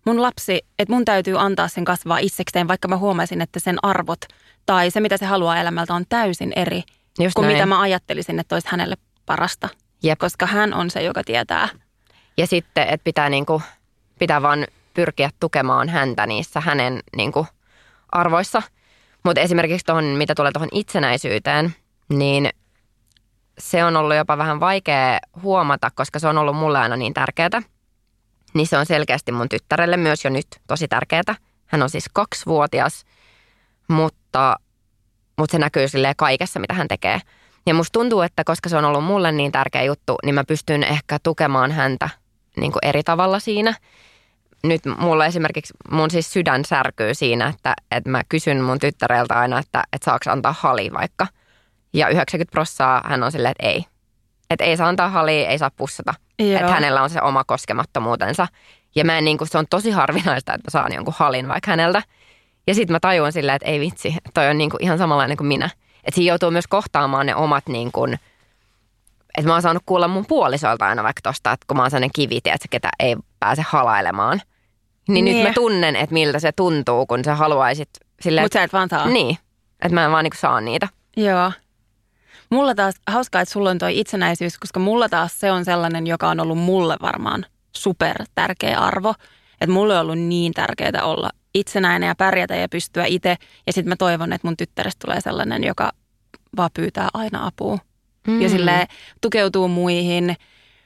mun lapsi, että mun täytyy antaa sen kasvaa itsekseen, vaikka mä huomaisin, että sen arvot tai se, mitä se haluaa elämältä, on täysin eri Just kuin näin. mitä mä ajattelisin, että olisi hänelle parasta. Jep. Koska hän on se, joka tietää. Ja sitten, että pitää, niinku, pitää vaan pyrkiä tukemaan häntä niissä hänen niinku, arvoissa. Mutta esimerkiksi tohon, mitä tulee tuohon itsenäisyyteen, niin se on ollut jopa vähän vaikea huomata, koska se on ollut mulle aina niin tärkeää. Niin se on selkeästi mun tyttärelle myös jo nyt tosi tärkeää. Hän on siis kaksivuotias, mutta, mutta se näkyy silleen kaikessa, mitä hän tekee. Ja musta tuntuu, että koska se on ollut mulle niin tärkeä juttu, niin mä pystyn ehkä tukemaan häntä niin kuin eri tavalla siinä. Nyt mulla esimerkiksi mun siis sydän särkyy siinä, että, että mä kysyn mun tyttäreltä aina, että, että saaks antaa hali vaikka. Ja yhdeksänkymmentä prosenttia hän on silleen, että ei. Että ei saa antaa halia, ei saa pussata. Joo. Että hänellä on se oma koskemattomuutensa. Ja mä en niin kuin, se on tosi harvinaista, että mä saan jonkun halin vaikka häneltä. Ja sit mä tajuan silleen, että ei vitsi, että toi on niin kuin ihan samanlainen kuin minä. Että siinä joutuu myös kohtaamaan ne omat niin kuin, että mä oon saanut kuulla mun puolisolta aina vaikka tosta, että kun mä oon sellainen kivi, tiedätkö, ketä ei pääse halailemaan. Niin Nee. nyt mä tunnen, että miltä se tuntuu, kun sä haluaisit silleen. Mutta sä et vaan saa. Niin, että mä en vaan niin kuin saa niitä. Joo. Mulla taas, hauskaa, että sulla on toi itsenäisyys, koska mulla taas se on sellainen, joka on ollut mulle varmaan super tärkeä arvo. Että mulle on ollut niin tärkeää olla itsenäinen ja pärjätä ja pystyä itse. Ja sitten mä toivon, että mun tyttärestä tulee sellainen, joka vaan pyytää aina apua. Mm. Ja silleen tukeutuu muihin.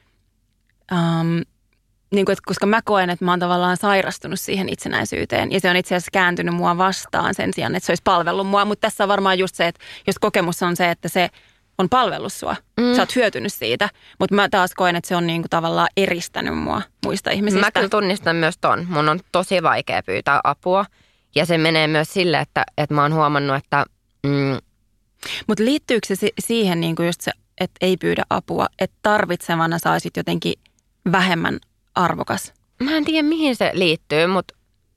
Um, niin kuin, että koska mä koen, että mä oon tavallaan sairastunut siihen itsenäisyyteen. Ja se on itse asiassa kääntynyt mua vastaan sen sijaan, että se olisi palvellut mua. Mutta tässä on varmaan just se, että jos kokemus on se, että se on palvellut sua. Mm. Sä oot hyötynyt siitä. Mutta mä taas koen, että se on niin kuin tavallaan eristänyt mua muista ihmisistä. Mä kyllä tunnistan myös ton. Mun on tosi vaikea pyytää apua. Ja se menee myös sille, että, että mä oon huomannut, että Mm, Mutta liittyykö se si- siihen niin kuin just se, että ei pyydä apua, että tarvitsevana saisit jotenkin vähemmän arvokas? Mä en tiedä, mihin se liittyy, mutta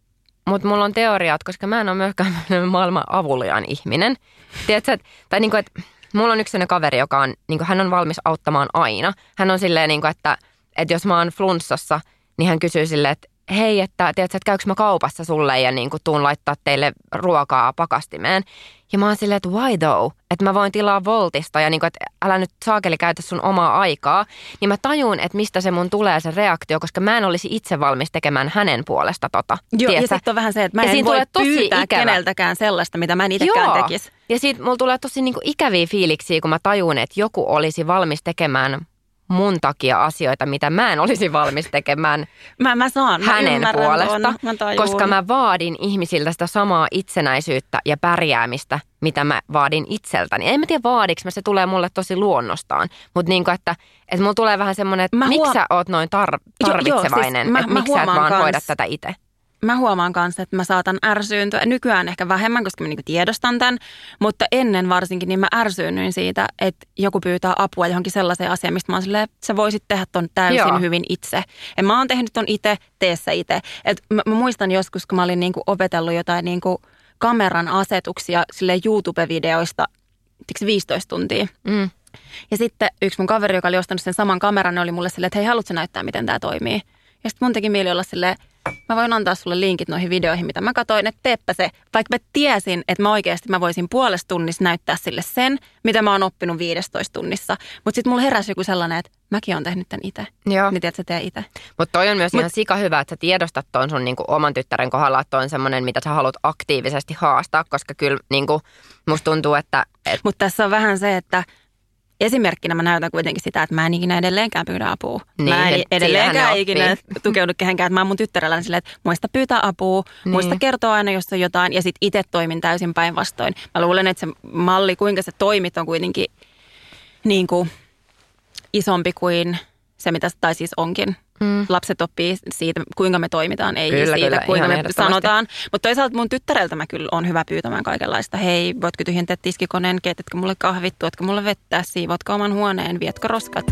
mut mulla on teoriat, koska mä en ole myöskään maailman avuliaan ihminen. Tiedätkö, et, tai niin kuin, että mulla on yksi sellainen kaveri, joka on, niin kuin, hän on valmis auttamaan aina. Hän on silleen, niin kuin, että, että jos mä oon flunssassa, niin hän kysyy silleen, että hei, että tiedätkö, että käykö mä kaupassa sulle ja niin kuin, tuun laittaa teille ruokaa pakastimeen. Ja mä oon silleen, että why though? Että mä voin tilaa Voltista ja niin kuin, että älä nyt saakeli käytä sun omaa aikaa. Niin mä tajun, että mistä se mun tulee se reaktio, koska mä en olisi itse valmis tekemään hänen puolesta tota. Joo, tiedätkö? ja sitten on vähän se, että mä Ja en siinä voi tulee tosi pyytää ikävä. keneltäkään sellaista, mitä mä en itsekään Joo. tekisi. Ja siitä mulla tulee tosi niin kuin ikäviä fiiliksiä, kun mä tajun, että joku olisi valmis tekemään mun takia asioita, mitä mä en olisi valmis tekemään Mä, mä saan, mä hänen ymmärrän puolesta, ton, mä tajun. koska mä vaadin ihmisiltä sitä samaa itsenäisyyttä ja pärjäämistä, mitä mä vaadin itseltäni. En mä tiedä vaadiks mä, se tulee mulle tosi luonnostaan, mutta niin kuin, että, että mulla tulee vähän semmoinen, että Mä miksi huom- sä oot noin tar- tarvitsevainen, joo, siis mä- että mä miksi sä et huomaan vaan kans- hoida tätä itse. Mä huomaan kanssa, että mä saatan ärsyyntyä. Nykyään ehkä vähemmän, koska mä niinku tiedostan tämän. Mutta ennen varsinkin, niin mä ärsyynnyin siitä, että joku pyytää apua johonkin sellaiseen asiaan, mistä mä oon silleen, että sä voisit tehdä ton täysin Joo. hyvin itse. Ja mä oon tehnyt ton itse, tee sä itse. Et mä, mä muistan joskus, kun mä olin niinku opetellut jotain niinku kameran asetuksia silleen YouTube-videoista, viisitoista tuntia. Mm. Ja sitten yksi mun kaveri, joka oli ostanut sen saman kameran, oli mulle silleen, että hei, haluatko näyttää, miten tämä toimii? Ja sitten mun teki mieli olla silleen, mä voin antaa sulle linkit noihin videoihin, mitä mä katsoin, että teepä se. Vaikka mä tiesin, että mä oikeasti mä voisin puolesta tunnissa näyttää sille sen, mitä mä oon oppinut viidestoista tunnissa. Mutta sitten mulla heräsi joku sellainen, että mäkin oon tehnyt tämän itse. Joo. Niin tiedät, sä tee itse. Mutta toi on myös Mut- ihan sika hyvä, että sä tiedostat ton sun niinku oman tyttären kohdalla, että toi on semmoinen, mitä sä haluat aktiivisesti haastaa, koska kyllä niinku, musta tuntuu, että et, Mutta tässä on vähän se, että esimerkkinä mä näytän kuitenkin sitä, että mä en ikinä edelleenkään pyydä apua. Niin, mä en siihenhän ne edelleenkään oppii. ikinä tukeudu kehenkään. Että mä oon mun tyttärelläni silleen, että muista pyytää apua, Niin. muista kertoa aina, jos on jotain. Ja sit itse toimin täysin päinvastoin. Mä luulen, että se malli, kuinka se toimit, on kuitenkin niin kuin isompi kuin se, mitä tai siis onkin. Mm. Lapset oppii siitä, kuinka me toimitaan, ei Kyllä, siitä, kyllä, kuinka ihan me ehdottomasti. sanotaan. Mutta toisaalta mun tyttäreltä mä kyllä on hyvä pyytämään kaikenlaista. Hei, voitko tyhjentää tiskikoneen, keitätkö mulle kahvit, tuotko mulle vettä, siivotko oman huoneen, vietkö roskat?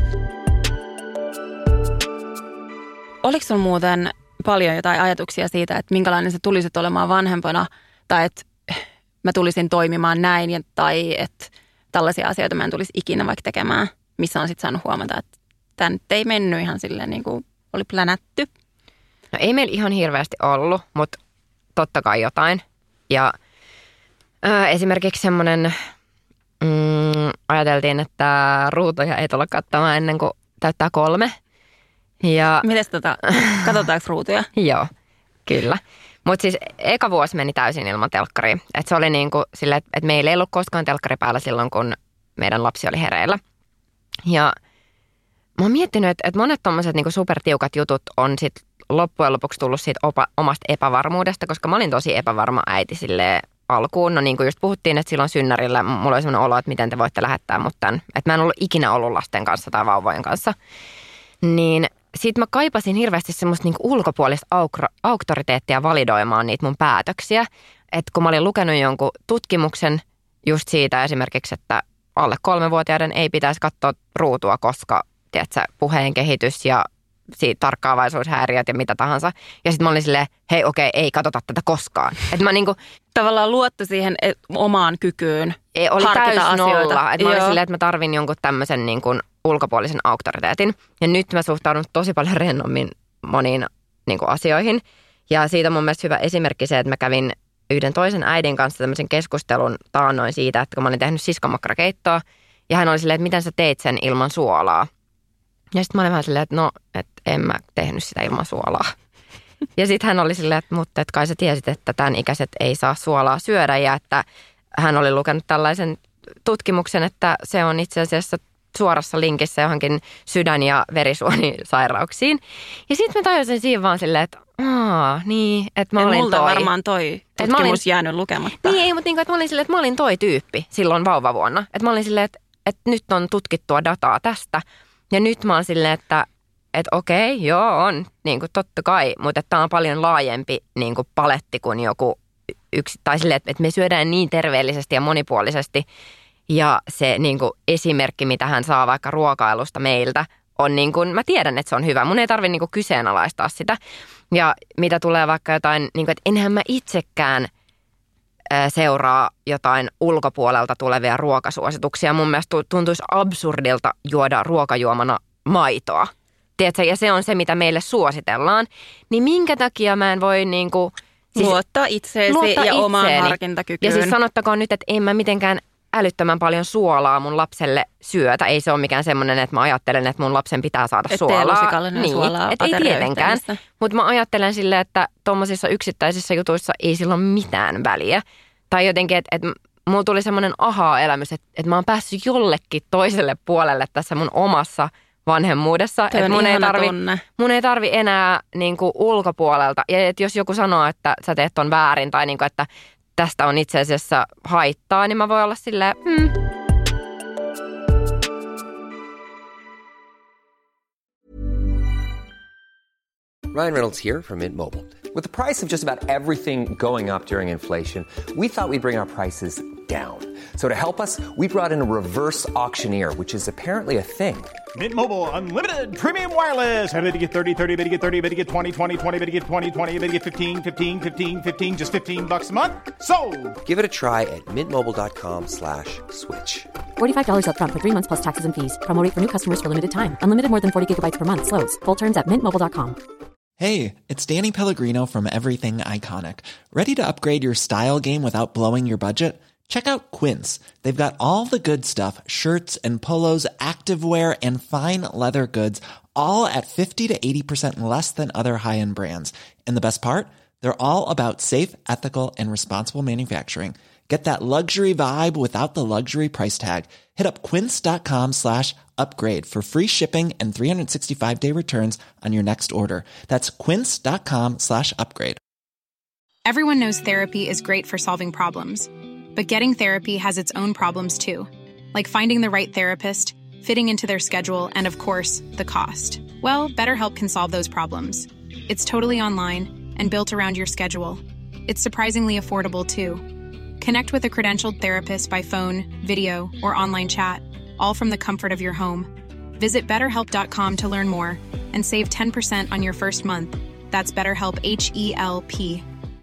Oliko sun muuten paljon jotain ajatuksia siitä, että minkälainen se tulisit olemaan vanhempana, tai että mä tulisin toimimaan näin, ja, tai että tällaisia asioita mä en tulisi ikinä vaikka tekemään, missä on sitten saanut huomata, että tämä nyt ei mennyt ihan silleen niin kuin oli plänätty? No ei meillä ihan hirveästi ollut, mutta totta kai jotain. Ja äh, esimerkiksi semmoinen, mm, ajateltiin, että ruutuja ei tulla kattamaan ennen kuin täyttää kolme. Ja mites tota, katsotaanko ruutuja? Joo, kyllä. Mutta siis eka vuosi meni täysin ilman telkkaria. Et se oli niin kuin sille, että et meillä ei ollut koskaan telkkari päällä silloin, kun meidän lapsi oli hereillä. Ja mä oon miettinyt, että et monet tommoset niinku supertiukat jutut on sit loppujen lopuksi tullut siitä opa, omasta epävarmuudesta, koska mä olin tosi epävarma äiti silleen alkuun. No niin kuin just puhuttiin, että silloin synnärillä mulla oli sellainen olo, että miten te voitte lähettää mut tän. Että mä en ollut ikinä ollut lasten kanssa tai vauvojen kanssa. Niin sit mä kaipasin hirveästi semmoista niinku ulkopuolista aukro, auktoriteettia validoimaan niitä mun päätöksiä. Että kun mä olin lukenut jonkun tutkimuksen just siitä esimerkiksi, että alle kolmevuotiaiden ei pitäisi katsoa ruutua, koska tiedätkö, puheen kehitys ja siitä tarkkaavaisuushäiriöt ja mitä tahansa. Ja sitten mä olin silleen, hei okei, ei katsota tätä koskaan. Että mä niinku tavallaan luottu siihen omaan kykyyn ei, oli harkita täys asioita. Nolla. Että mä olin silleen, että mä tarvin jonkun tämmöisen niinku ulkopuolisen auktoriteetin. Ja nyt mä suhtaudun tosi paljon rennommin moniin niinku asioihin. Ja siitä mun mielestä hyvä esimerkki se, että mä kävin yhden toisen äidin kanssa tämmöisen keskustelun taannoin siitä, että kun mä olin tehnyt siskonmakkarakeittoa, ja hän oli silleen, että miten sä teit sen ilman suolaa. Ja sitten mä olin vähän silleen, että no, että en mä tehnyt sitä ilman suolaa. Ja sitten hän oli silleen, että mutta et kai sä tiesit, että tämän ikäiset ei saa suolaa syödä, ja että hän oli lukenut tällaisen tutkimuksen, että se on itse asiassa suorassa linkissä johonkin sydän- ja verisuonisairauksiin. Ja sitten mä tajusin siinä vaan silleen, että aa, niin, että mä en olin multa toi. varmaan toi tutkimus olin jäänyt lukematta. Niin, ei, mutta niin, että mä olin silleen, että mä olin toi tyyppi silloin vauvavuonna. Että mä olin silleen, että, että nyt on tutkittua dataa tästä. Ja nyt mä oon silleen, että, että okei, joo on, niin kuin totta kai, mutta tämä on paljon laajempi niin kuin paletti kuin joku yksi, tai silleen, että me syödään niin terveellisesti ja monipuolisesti. Ja se niin kuin esimerkki, mitä hän saa vaikka ruokailusta meiltä, on niin kuin, mä tiedän, että se on hyvä. Mun ei tarvitse niin kuin kyseenalaistaa sitä. Ja mitä tulee vaikka jotain, niin kuin, että enhän mä itsekään seuraa jotain ulkopuolelta tulevia ruokasuosituksia. Mun mielestä tuntuisi absurdilta juoda ruokajuomana maitoa. Tiedätkö? Ja se on se, mitä meille suositellaan. Niin minkä takia mä en voi niin kuin, siis luottaa itseesi luottaa ja itseeni. omaan harkintakykyyn. Ja siis sanottakoon nyt, että en mä mitenkään älyttömän paljon suolaa mun lapselle syötä. Ei se ole mikään semmoinen, että mä ajattelen, että mun lapsen pitää saada Ettei suolaa. lusikallinen niin, suolaa et ei tietenkään. Mutta mä ajattelen silleen, että tommosissa yksittäisissä jutuissa ei sillä ole mitään väliä. Tai jotenkin, että et mulla tuli semmoinen ahaa-elämys, että et mä oon päässyt jollekin toiselle puolelle tässä mun omassa vanhemmuudessa. Että mun, mun ei tarvi enää niinku ulkopuolelta. Ja et jos joku sanoo, että sä teet ton väärin tai niinku, että tästä on itse asiassa haittaa, niin mä voin olla silleen, hmm. Ryan Reynolds here from Mint Mobile. With the price of just about everything going up during inflation, we thought we'd bring our prices down. So to help us, we brought in a reverse auctioneer, which is apparently a thing. Mint Mobile Unlimited Premium Wireless. Ready to get thirty, thirty, bit to get thirty, bit to get twenty, twenty, twenty, bit to get twenty, twenty, bit to get fifteen, fifteen, fifteen, fifteen, just fifteen bucks a month? Sold! Give it a try at mintmobile.com slash switch. forty-five dollars up front for three months plus taxes and fees. Promo rate for new customers for limited time. Unlimited more than forty gigabytes per month. Slows full terms at mint mobile dot com. Hey, it's Danny Pellegrino from Everything Iconic. Ready to upgrade your style game without blowing your budget? Check out Quince. They've got all the good stuff, shirts and polos, activewear, and fine leather goods, all at fifty to eighty percent less than other high-end brands. And the best part? They're all about safe, ethical, and responsible manufacturing. Get that luxury vibe without the luxury price tag. Hit up quince.com slash upgrade for free shipping and three sixty-five day returns on your next order. That's quince.com slash upgrade. Everyone knows therapy is great for solving problems, but getting therapy has its own problems too, like finding the right therapist, fitting into their schedule, and of course, the cost. Well, BetterHelp can solve those problems. It's totally online and built around your schedule. It's surprisingly affordable too. Connect with a credentialed therapist by phone, video, or online chat, all from the comfort of your home. Visit better help dot com to learn more and save ten percent on your first month. That's BetterHelp, H E L P.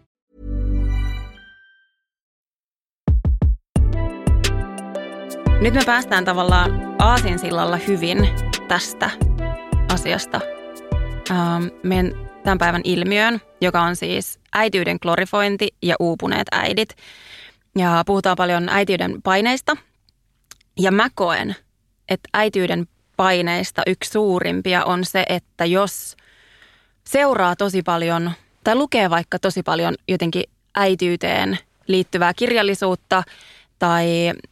Nyt me päästään tavallaan aasinsillalla hyvin tästä asiasta ähm, meidän tämän päivän ilmiöön, joka on siis äitiyden glorifointi ja uupuneet äidit. Ja puhutaan paljon äitiyden paineista. Ja mä koen, että äitiyden paineista yksi suurimpia on se, että jos seuraa tosi paljon tai lukee vaikka tosi paljon jotenkin äitiyteen liittyvää kirjallisuutta tai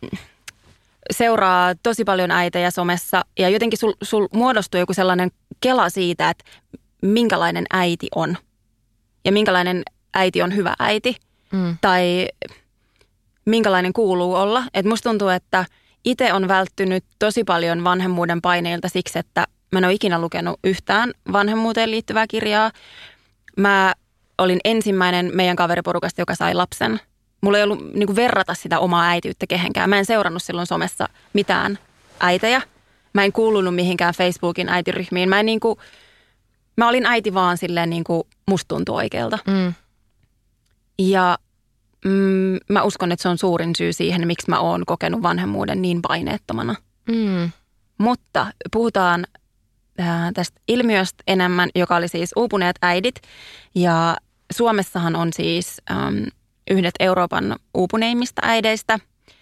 seuraa tosi paljon äitejä somessa ja jotenkin sul, sul muodostuu joku sellainen kela siitä, että minkälainen äiti on ja minkälainen äiti on hyvä äiti mm. tai minkälainen kuuluu olla. Et musta tuntuu, että itse on välttynyt tosi paljon vanhemmuuden paineilta siksi, että mä en ole ikinä lukenut yhtään vanhemmuuteen liittyvää kirjaa. Mä olin ensimmäinen meidän kaveriporukasta, joka sai lapsen. Mulla ei ollut niin kuin verrata sitä omaa äitiyttä kehenkään. Mä en seurannut silloin somessa mitään äitejä. Mä en kuulunut mihinkään Facebookin äitiryhmiin. Mä, en niin kuin, mä olin äiti vaan silleen niin kuin musta tuntui oikealta. Mm. Ja mm, mä uskon, että se on suurin syy siihen, miksi mä oon kokenut vanhemmuuden niin paineettomana. Mm. Mutta puhutaan äh, tästä ilmiöstä enemmän, joka oli siis uupuneet äidit. Ja Suomessahan on siis ähm, yhdet Euroopan uupuneimmista äideistä.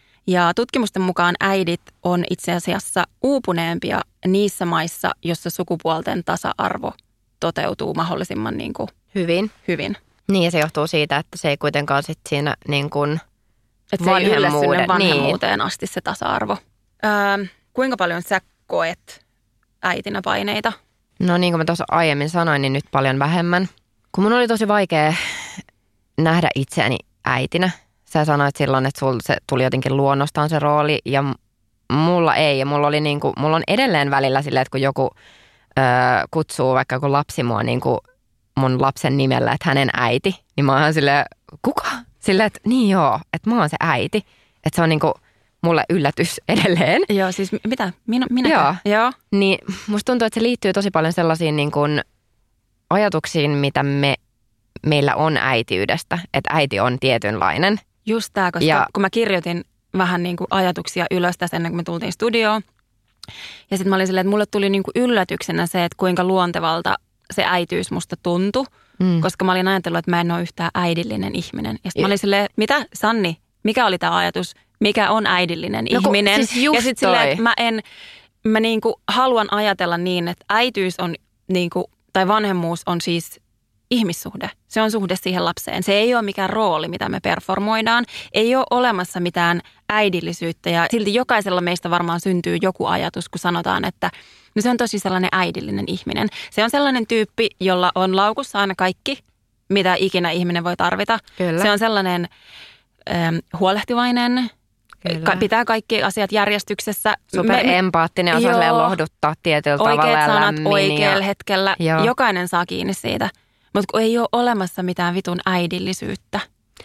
Ja tutkimusten mukaan äidit on itse asiassa uupuneempia niissä maissa, jossa sukupuolten tasa-arvo toteutuu mahdollisimman niin kuin hyvin. hyvin. Niin ja se johtuu siitä, että se ei kuitenkaan sitten siinä niin kuin että se ei yllä sinne vanhemmuuteen niin. asti se tasa-arvo. Öö, kuinka paljon sä koet äitinä paineita? No niin kuin mä tuossa aiemmin sanoin, niin nyt paljon vähemmän. Kun mun oli tosi vaikea nähdä itseäni äitinä. Sä sanoit silloin, että sul se tuli jotenkin luonnostaan se rooli ja mulla ei. Ja mulla oli niin kuin, mulla on edelleen välillä silleen, että kun joku öö, kutsuu vaikka joku lapsi mua niin kuin mun lapsen nimellä, että hänen äiti, niin mä oon silleen, kuka? Silleen, että niin joo, että mä oon se äiti. Että se on niinku mulle yllätys edelleen. Joo, siis mitä? Minä, minäkö? Joo. Joo. Niin musta tuntuu, että se liittyy tosi paljon sellaisiin niin kuin ajatuksiin, mitä me, meillä on äitiydestä. Että äiti on tietynlainen. Just tää, koska ja, kun mä kirjoitin vähän niin kuin ajatuksia ylös tässä ennen kuin me tultiin studioon. Ja sitten mä olin silleen, että mulle tuli niin kuin yllätyksenä se, että kuinka luontevalta se äitiys musta tuntui. Mm. Koska mä olin ajatellut, että mä en ole yhtään äidillinen ihminen. Ja sitten mä olin silleen, mitä Sanni, mikä oli tämä ajatus? Mikä on äidillinen no, ihminen? Siis ja sitten silleen, että mä en, mä niinku haluan ajatella niin, että äityys on niinku, tai vanhemmuus on siis ihmissuhde. Se on suhde siihen lapseen. Se ei ole mikään rooli, mitä me performoidaan. Ei ole olemassa mitään äidillisyyttä ja silti jokaisella meistä varmaan syntyy joku ajatus, kun sanotaan, että no se on tosi sellainen äidillinen ihminen. Se on sellainen tyyppi, jolla on laukussa aina kaikki, mitä ikinä ihminen voi tarvita. Kyllä. Se on sellainen ähm, huolehtivainen, Ka- pitää kaikki asiat järjestyksessä. Superempaattinen, osaa lohduttaa tietyllä tavalla ja sanat lämmin. oikealla ja hetkellä. Joo. Jokainen saa kiinni siitä. Mutta ei ole olemassa mitään vitun äidillisyyttä.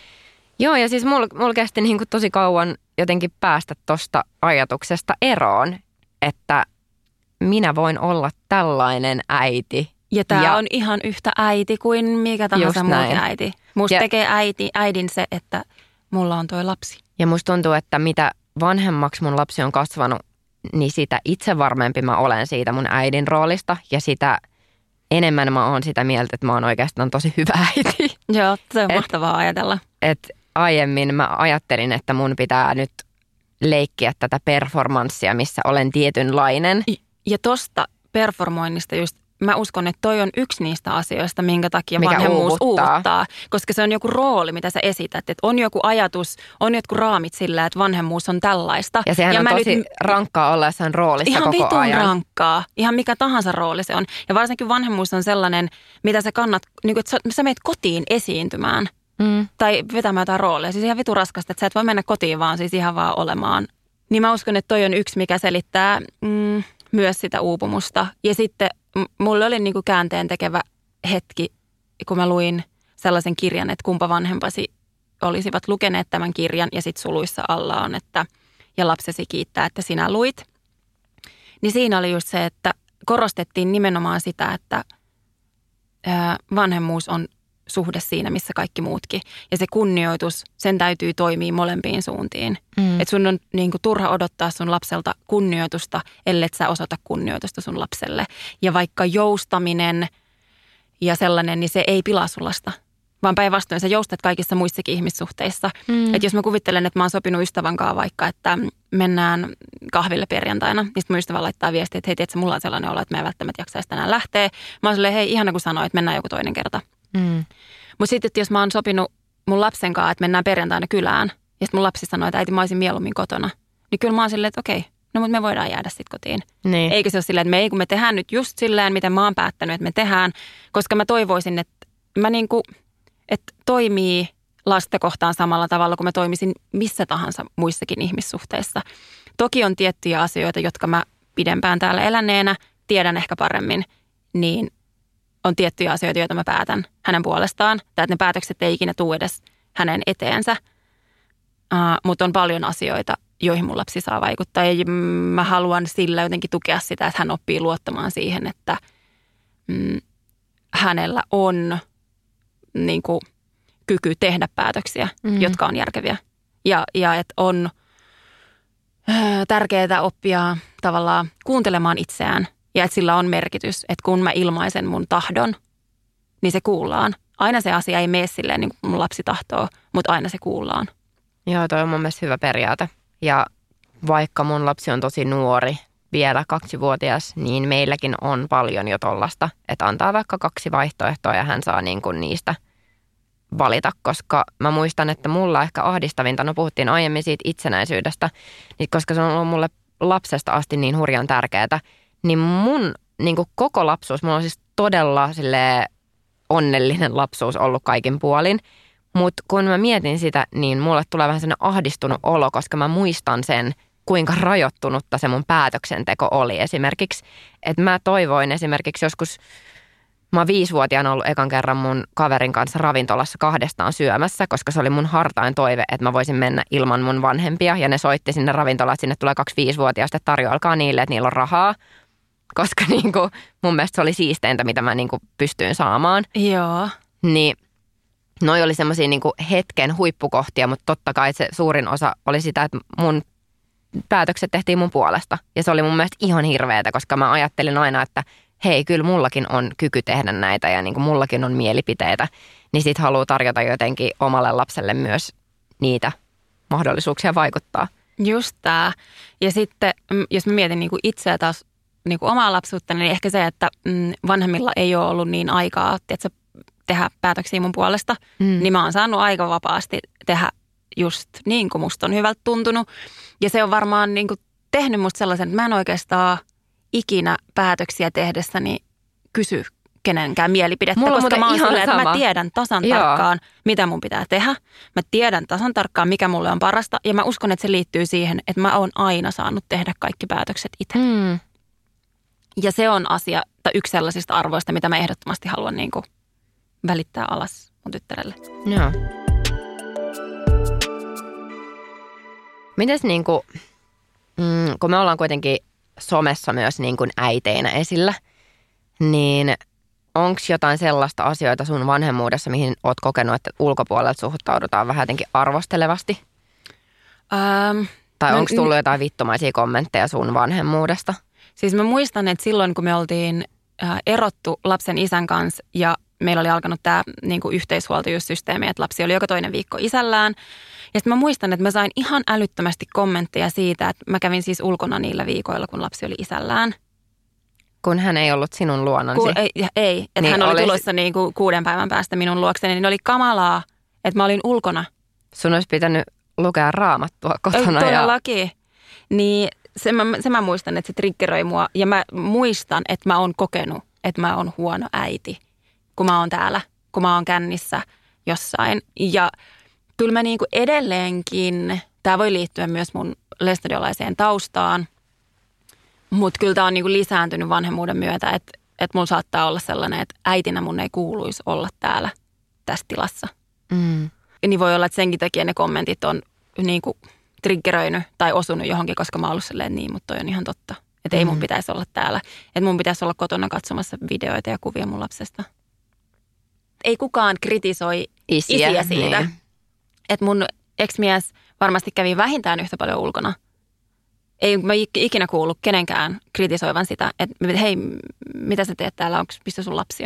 Joo, ja siis mulla mul kesti niinku tosi kauan jotenkin päästä tosta ajatuksesta eroon, että minä voin olla tällainen äiti. Ja tämä on ihan yhtä äiti kuin mikä tahansa muukin äiti. Musta ja tekee äiti, äidin se, että mulla on toi lapsi. Ja musta tuntuu, että mitä vanhemmaksi mun lapsi on kasvanut, niin sitä itse varmempi mä olen siitä mun äidin roolista. Ja sitä enemmän mä oon sitä mieltä, että mä oon oikeastaan tosi hyvä äiti. Joo, se on et, mahtavaa ajatella. Et aiemmin mä ajattelin, että mun pitää nyt leikkiä tätä performanssia, missä olen tietynlainen. Ja tosta performoinnista just, mä uskon, että toi on yksi niistä asioista, minkä takia mikä vanhemmuus uuvuttaa. uuvuttaa. Koska se on joku rooli, mitä sä esität. Että on joku ajatus, on jotkut raamit sillä, että vanhemmuus on tällaista. Ja sehän ja on mä tosi nyt, rankkaa olla jossain roolissa ihan koko vitun ajan. rankkaa. Ihan mikä tahansa rooli se on. Ja varsinkin vanhemmuus on sellainen, mitä sä kannat, niin kuin, että sä, sä meet kotiin esiintymään. Mm. Tai vetämään jotain roolia. Siis ihan vitu raskasta, että sä et voi mennä kotiin vaan, siis ihan vaan olemaan. Niin mä uskon, että toi on yksi, mikä selittää mm, myös sitä uupumusta. Ja sitten mulla oli niinku käänteen tekevä hetki, kun mä luin sellaisen kirjan, että kumpa vanhempasi olisivat lukeneet tämän kirjan ja sitten suluissa alla on, että ja lapsesi kiittää, että sinä luit. Niin siinä oli just se, että korostettiin nimenomaan sitä, että ää, vanhemmuus on suhde siinä, missä kaikki muutkin. Ja se kunnioitus, sen täytyy toimia molempiin suuntiin. Mm. Että sun on niin kuin, turha odottaa sun lapselta kunnioitusta, ellei sä osoita kunnioitusta sun lapselle. Ja vaikka joustaminen ja sellainen, niin se ei pilaa sun lasta. Vaan päinvastoin sä joustat kaikissa muissakin ihmissuhteissa. Mm. Että jos mä kuvittelen, että mä oon sopinut ystävän kanssa vaikka, että mennään kahville perjantaina, niin sitten mun ystävä laittaa viestiä, että hei, tiedätkö, mulla on sellainen olo, että mä en välttämättä jaksaisi tänään lähteä. Mä oon silleen, hei, ihana kun sanoit, että mennään joku toinen kerta. Mm. Mutta sitten, että jos mä oon sopinut mun lapsen kanssa, että mennään perjantaina kylään, ja sitten mun lapsi sanoo, että äiti, mä olisin mieluummin kotona, niin kyllä mä oon silleen, että okei, no mutta me voidaan jäädä sitten kotiin. Niin. Eikö se ole silleen, että me ei, kun me tehdään nyt just silleen, miten mä oon päättänyt, että me tehdään, koska mä toivoisin, että mä niinku, että toimii lasta kohtaan samalla tavalla, kuin mä toimisin missä tahansa muissakin ihmissuhteissa. Toki on tiettyjä asioita, jotka mä pidempään täällä eläneenä tiedän ehkä paremmin, niin on tiettyjä asioita, joita mä päätän hänen puolestaan. Tai että ne päätökset ei ikinä tule edes hänen eteensä, uh, mutta on paljon asioita, joihin mun lapsi saa vaikuttaa. Ja mä haluan sillä jotenkin tukea sitä, että hän oppii luottamaan siihen, että mm, hänellä on niin kuin, kyky tehdä päätöksiä, mm. jotka on järkeviä. Ja, ja että on äh, tärkeää oppia tavallaan kuuntelemaan itseään. Ja että sillä on merkitys, että kun mä ilmaisen mun tahdon, niin se kuullaan. Aina se asia ei mene silleen niin kuin mun lapsi tahtoo, mutta aina se kuullaan. Joo, toi on mun mielestä hyvä periaate. Ja vaikka mun lapsi on tosi nuori, vielä kaksivuotias, niin meilläkin on paljon jo tollasta, että antaa vaikka kaksi vaihtoehtoa ja hän saa niin kuin niistä valita, koska mä muistan, että mulla ehkä ahdistavinta, no puhuttiin aiemmin siitä itsenäisyydestä, niin koska se on ollut mulle lapsesta asti niin hurjan tärkeää, niin mun niin kuin koko lapsuus, mulla on siis todella silleen onnellinen lapsuus ollut kaikin puolin, mutta kun mä mietin sitä, niin mulle tulee vähän sellainen ahdistunut olo, koska mä muistan sen, kuinka rajoittunutta se mun päätöksenteko oli esimerkiksi. Että mä toivoin esimerkiksi joskus, mä oon viisivuotiaana ollut ekan kerran mun kaverin kanssa ravintolassa kahdestaan syömässä, koska se oli mun hartain toive, että mä voisin mennä ilman mun vanhempia. Ja ne soitti sinne ravintolaan, että sinne tulee kaksi viisivuotiaista, että tarjoilkaa niille, että niillä on rahaa. Koska niinku, mun mielestä se oli siisteintä, mitä mä niinku pystyin saamaan. Joo. Niin noi oli semmosia niinku hetken huippukohtia, mutta totta kai se suurin osa oli sitä, että mun päätökset tehtiin mun puolesta. Ja se oli mun mielestä ihan hirveetä, koska mä ajattelin aina, että hei, kyllä mullakin on kyky tehdä näitä ja niin kuin mullakin on mielipiteitä. Niin sit haluaa tarjota jotenkin omalle lapselle myös niitä mahdollisuuksia vaikuttaa. Just tää. Ja sitten, jos mä mietin niin kuin itseä taas niin kuin omaa lapsuutta, niin ehkä se, että vanhemmilla ei ole ollut niin aikaa tiedätkö, tehdä päätöksiä mun puolesta. Mm. Niin mä oon saanut aika vapaasti tehdä just niin kuin musta on hyvältä tuntunut. Ja se on varmaan niin kuin tehnyt musta sellaisen, että mä en oikeastaan ikinä päätöksiä tehdessäni kysy kenenkään mielipidettä, mulla koska mä oon silleen, että mä tiedän tasan Joo. tarkkaan, mitä mun pitää tehdä. Mä tiedän tasan tarkkaan, mikä mulle on parasta. Ja mä uskon, että se liittyy siihen, että mä oon aina saanut tehdä kaikki päätökset itse. Mm. Ja se on asia, tai yksi sellaisista arvoista, mitä mä ehdottomasti haluan niin kuin välittää alas mun tyttärelle. Joo. Mites niin kuin, mm, kun me ollaan kuitenkin somessa myös niin kuin äiteinä esillä, niin onko jotain sellaista asioita sun vanhemmuudessa, mihin oot kokenut, että ulkopuolelta suhtaudutaan vähän jotenkin arvostelevasti? Ähm, tai no, onko tullut jotain vittumaisia kommentteja sun vanhemmuudesta? Siis mä muistan, että silloin kun me oltiin äh, erottu lapsen isän kanssa ja meillä oli alkanut tämä niin kuin yhteishuoltajuussysteemi, että lapsi oli joka toinen viikko isällään. Ja sitten mä muistan, että mä sain ihan älyttömästi kommentteja siitä, että mä kävin siis ulkona niillä viikoilla, kun lapsi oli isällään. Kun hän ei ollut sinun luonasi. Ku, ei, ei että niin hän oli olisi... tulossa niin kuin kuuden päivän päästä minun luokseni, niin oli kamalaa, että mä olin ulkona. Sun olisi pitänyt lukea Raamattua kotona. Ei, todellakin. Ja... Niin se mä, se mä muistan, että se triggeröi mua. Ja mä muistan, että mä oon kokenut, että mä oon huono äiti, kun mä oon täällä, kun mä oon kännissä jossain. Ja kyllä mä niinku edelleenkin, tää voi liittyä myös mun lestadiolaiseen taustaan, mutta kyllä tää on niinku lisääntynyt vanhemmuuden myötä, että et mun saattaa olla sellainen, että äitinä mun ei kuuluisi olla täällä tässä tilassa. Mm. Niin voi olla, että senkin takia ne kommentit on niinku triggeröinyt tai osunut johonkin, koska mä oon ollut silleen niin, mutta toi on ihan totta. Että ei mun pitäisi olla täällä. Että mun pitäisi olla kotona katsomassa videoita ja kuvia mun lapsesta. Ei kukaan kritisoi isiä, isiä siitä. Niin. Että mun ex-mies varmasti kävi vähintään yhtä paljon ulkona. Ei mä ikinä kuullut kenenkään kritisoivan sitä, että hei, mitä sä teet täällä, onko, missä sun lapsi on?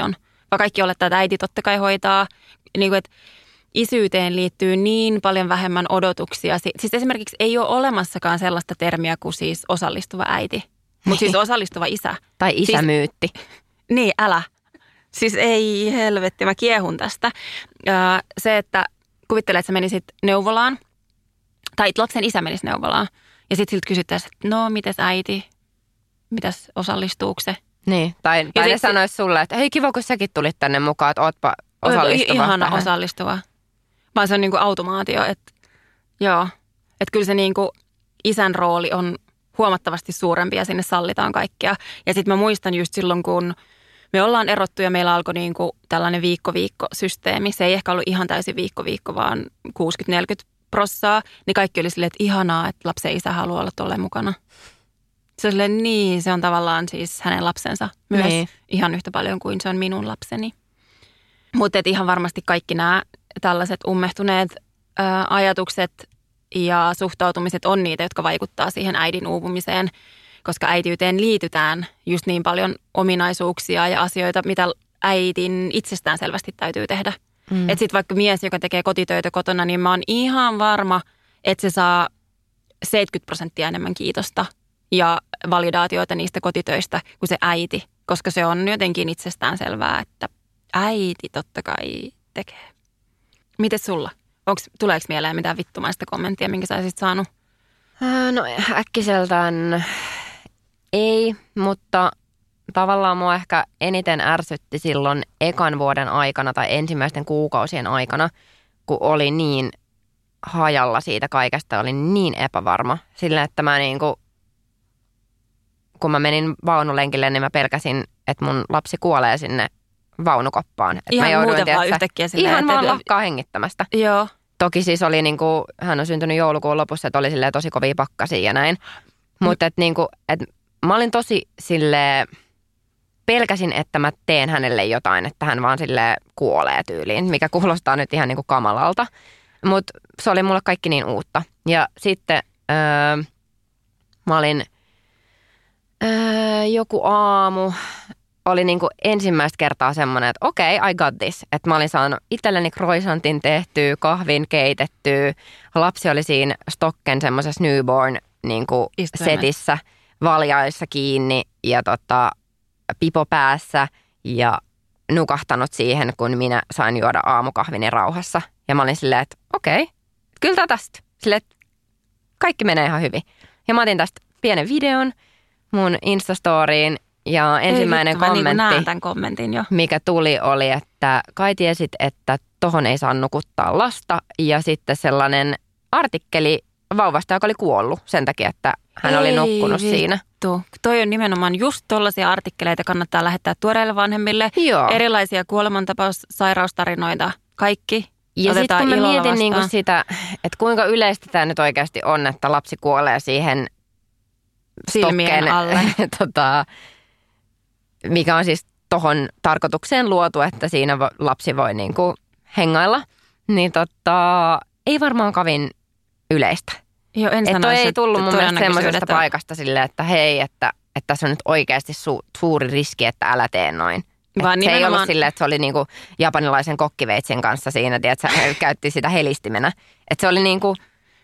kaikki olettaa, että äiti totta kai hoitaa. Niin kuin, että isyyteen liittyy niin paljon vähemmän odotuksia. Siis esimerkiksi ei ole olemassakaan sellaista termiä kuin siis osallistuva äiti, mutta siis osallistuva isä. Tai isämyytti. Siis, niin, älä. Siis ei helvetti, mä kiehun tästä. Se, että kuvittelee, että sä menisit neuvolaan, tai lapsen isä menisi neuvolaan, ja sitten siltä kysyttäisiin, että no, mites äiti, mitäs osallistuuko se? Niin, tai, tai ne sanoisi sulle, että hei kiva, kun säkin tulit tänne mukaan, että ootpa osallistuva. Ihana tähän. osallistuva. Vaan se on niin kuin automaatio, että joo, että kyllä se niin kuin isän rooli on huomattavasti suurempi ja sinne sallitaan kaikkea. Ja sitten mä muistan just silloin, kun me ollaan erottu ja meillä alkoi niin kuin tällainen viikko-viikko-systeemi. Se ei ehkä ollut ihan täysin viikko-viikko, vaan kuusikymmentä neljäkymmentä prossaa. Niin kaikki oli silleen, että ihanaa, että lapsen isä haluaa olla tolleen mukana. Se on silleen, niin, se on tavallaan siis hänen lapsensa myös niin. Ihan yhtä paljon kuin se on minun lapseni. Mutta ihan varmasti kaikki nämä tällaiset ummehtuneet ää, ajatukset ja suhtautumiset on niitä, jotka vaikuttaa siihen äidin uupumiseen, koska äitiyteen liitytään just niin paljon ominaisuuksia ja asioita, mitä äitin itsestään selvästi täytyy tehdä. Mm. Että sitten vaikka mies, joka tekee kotitöitä kotona, niin mä oon ihan varma, että se saa seitsemänkymmentä prosenttia enemmän kiitosta ja validaatioita niistä kotitöistä kuin se äiti, koska se on jotenkin itsestään selvää, että äiti totta kai tekee. Mites sulla? Onks, tuleeko mieleen mitään vittumaista kommenttia, minkä sä olisit saanut? No äkkiseltään ei, mutta tavallaan mua ehkä eniten ärsytti silloin ekan vuoden aikana tai ensimmäisten kuukausien aikana, kun oli niin hajalla siitä kaikesta, oli niin epävarma. Sillä, että mä niinku, kun mä menin vaunulenkille, niin mä pelkäsin, että mun lapsi kuolee sinne vaunukoppaan. Et ihan mä jouduin, muuten tiedätkö, vaan yhtäkkiä silleen. ihan että vaan lakkaa hengittämästä. Joo. Toki siis oli niinku, hän on syntynyt joulukuun lopussa, että oli silleen tosi kovia pakkasia ja näin. Mutta et niinku, et mä olin tosi silleen, pelkäsin, että mä teen hänelle jotain, että hän vaan silleen kuolee tyyliin, mikä kuulostaa nyt ihan niinku kamalalta. Mutta se oli mulle kaikki niin uutta. Ja sitten öö, mä olin öö, joku aamu, oli niinku ensimmäistä kertaa semmoinen, että okei, okay, I got this. Että mä olin saanut itselleni croissantin tehtyä, kahvin keitettyä. Lapsi oli siinä Stocken semmoisessa newborn niinku setissä, valjaissa kiinni ja tota, pipo päässä ja nukahtanut siihen, kun minä sain juoda aamukahvini rauhassa. Ja mä olin silleen, että okei, okay, kyllä tää tästä. Silleen, että kaikki menee ihan hyvin. Ja mä otin tästä pienen videon mun Instastoriin. Ja ensimmäinen vittu, kommentti, mä niin tämän kommentin jo. mikä tuli, oli, että kai tiesit, että tohon ei saa nukuttaa lasta. Ja sitten sellainen artikkeli vauvasta, joka oli kuollut sen takia, että hän ei oli nukkunut vittu. Siinä. Toi on nimenomaan just tollaisia artikkeleita kannattaa lähettää tuoreille vanhemmille. Joo. Erilaisia kuolemantapaus, sairaustarinoita, kaikki. Ja sitten kun mä mietin niinku sitä, että kuinka yleistä tämä nyt oikeasti on, että lapsi kuolee siihen silmien alle. tota, mikä on siis tohon tarkoitukseen luotu, että siinä lapsi voi niinku hengailla, niin tota, ei varmaan kovin yleistä. Joo, en että sanoisi, ei tullut mun mielestä semmoisesta että paikasta silleen, että hei, että, että tässä on nyt oikeasti su- suuri riski, että älä tee noin. Se ei ollut silleen, että se oli niinku japanilaisen kokkiveitsin kanssa siinä, että hän käytti sitä helistimenä. Että se oli niinku,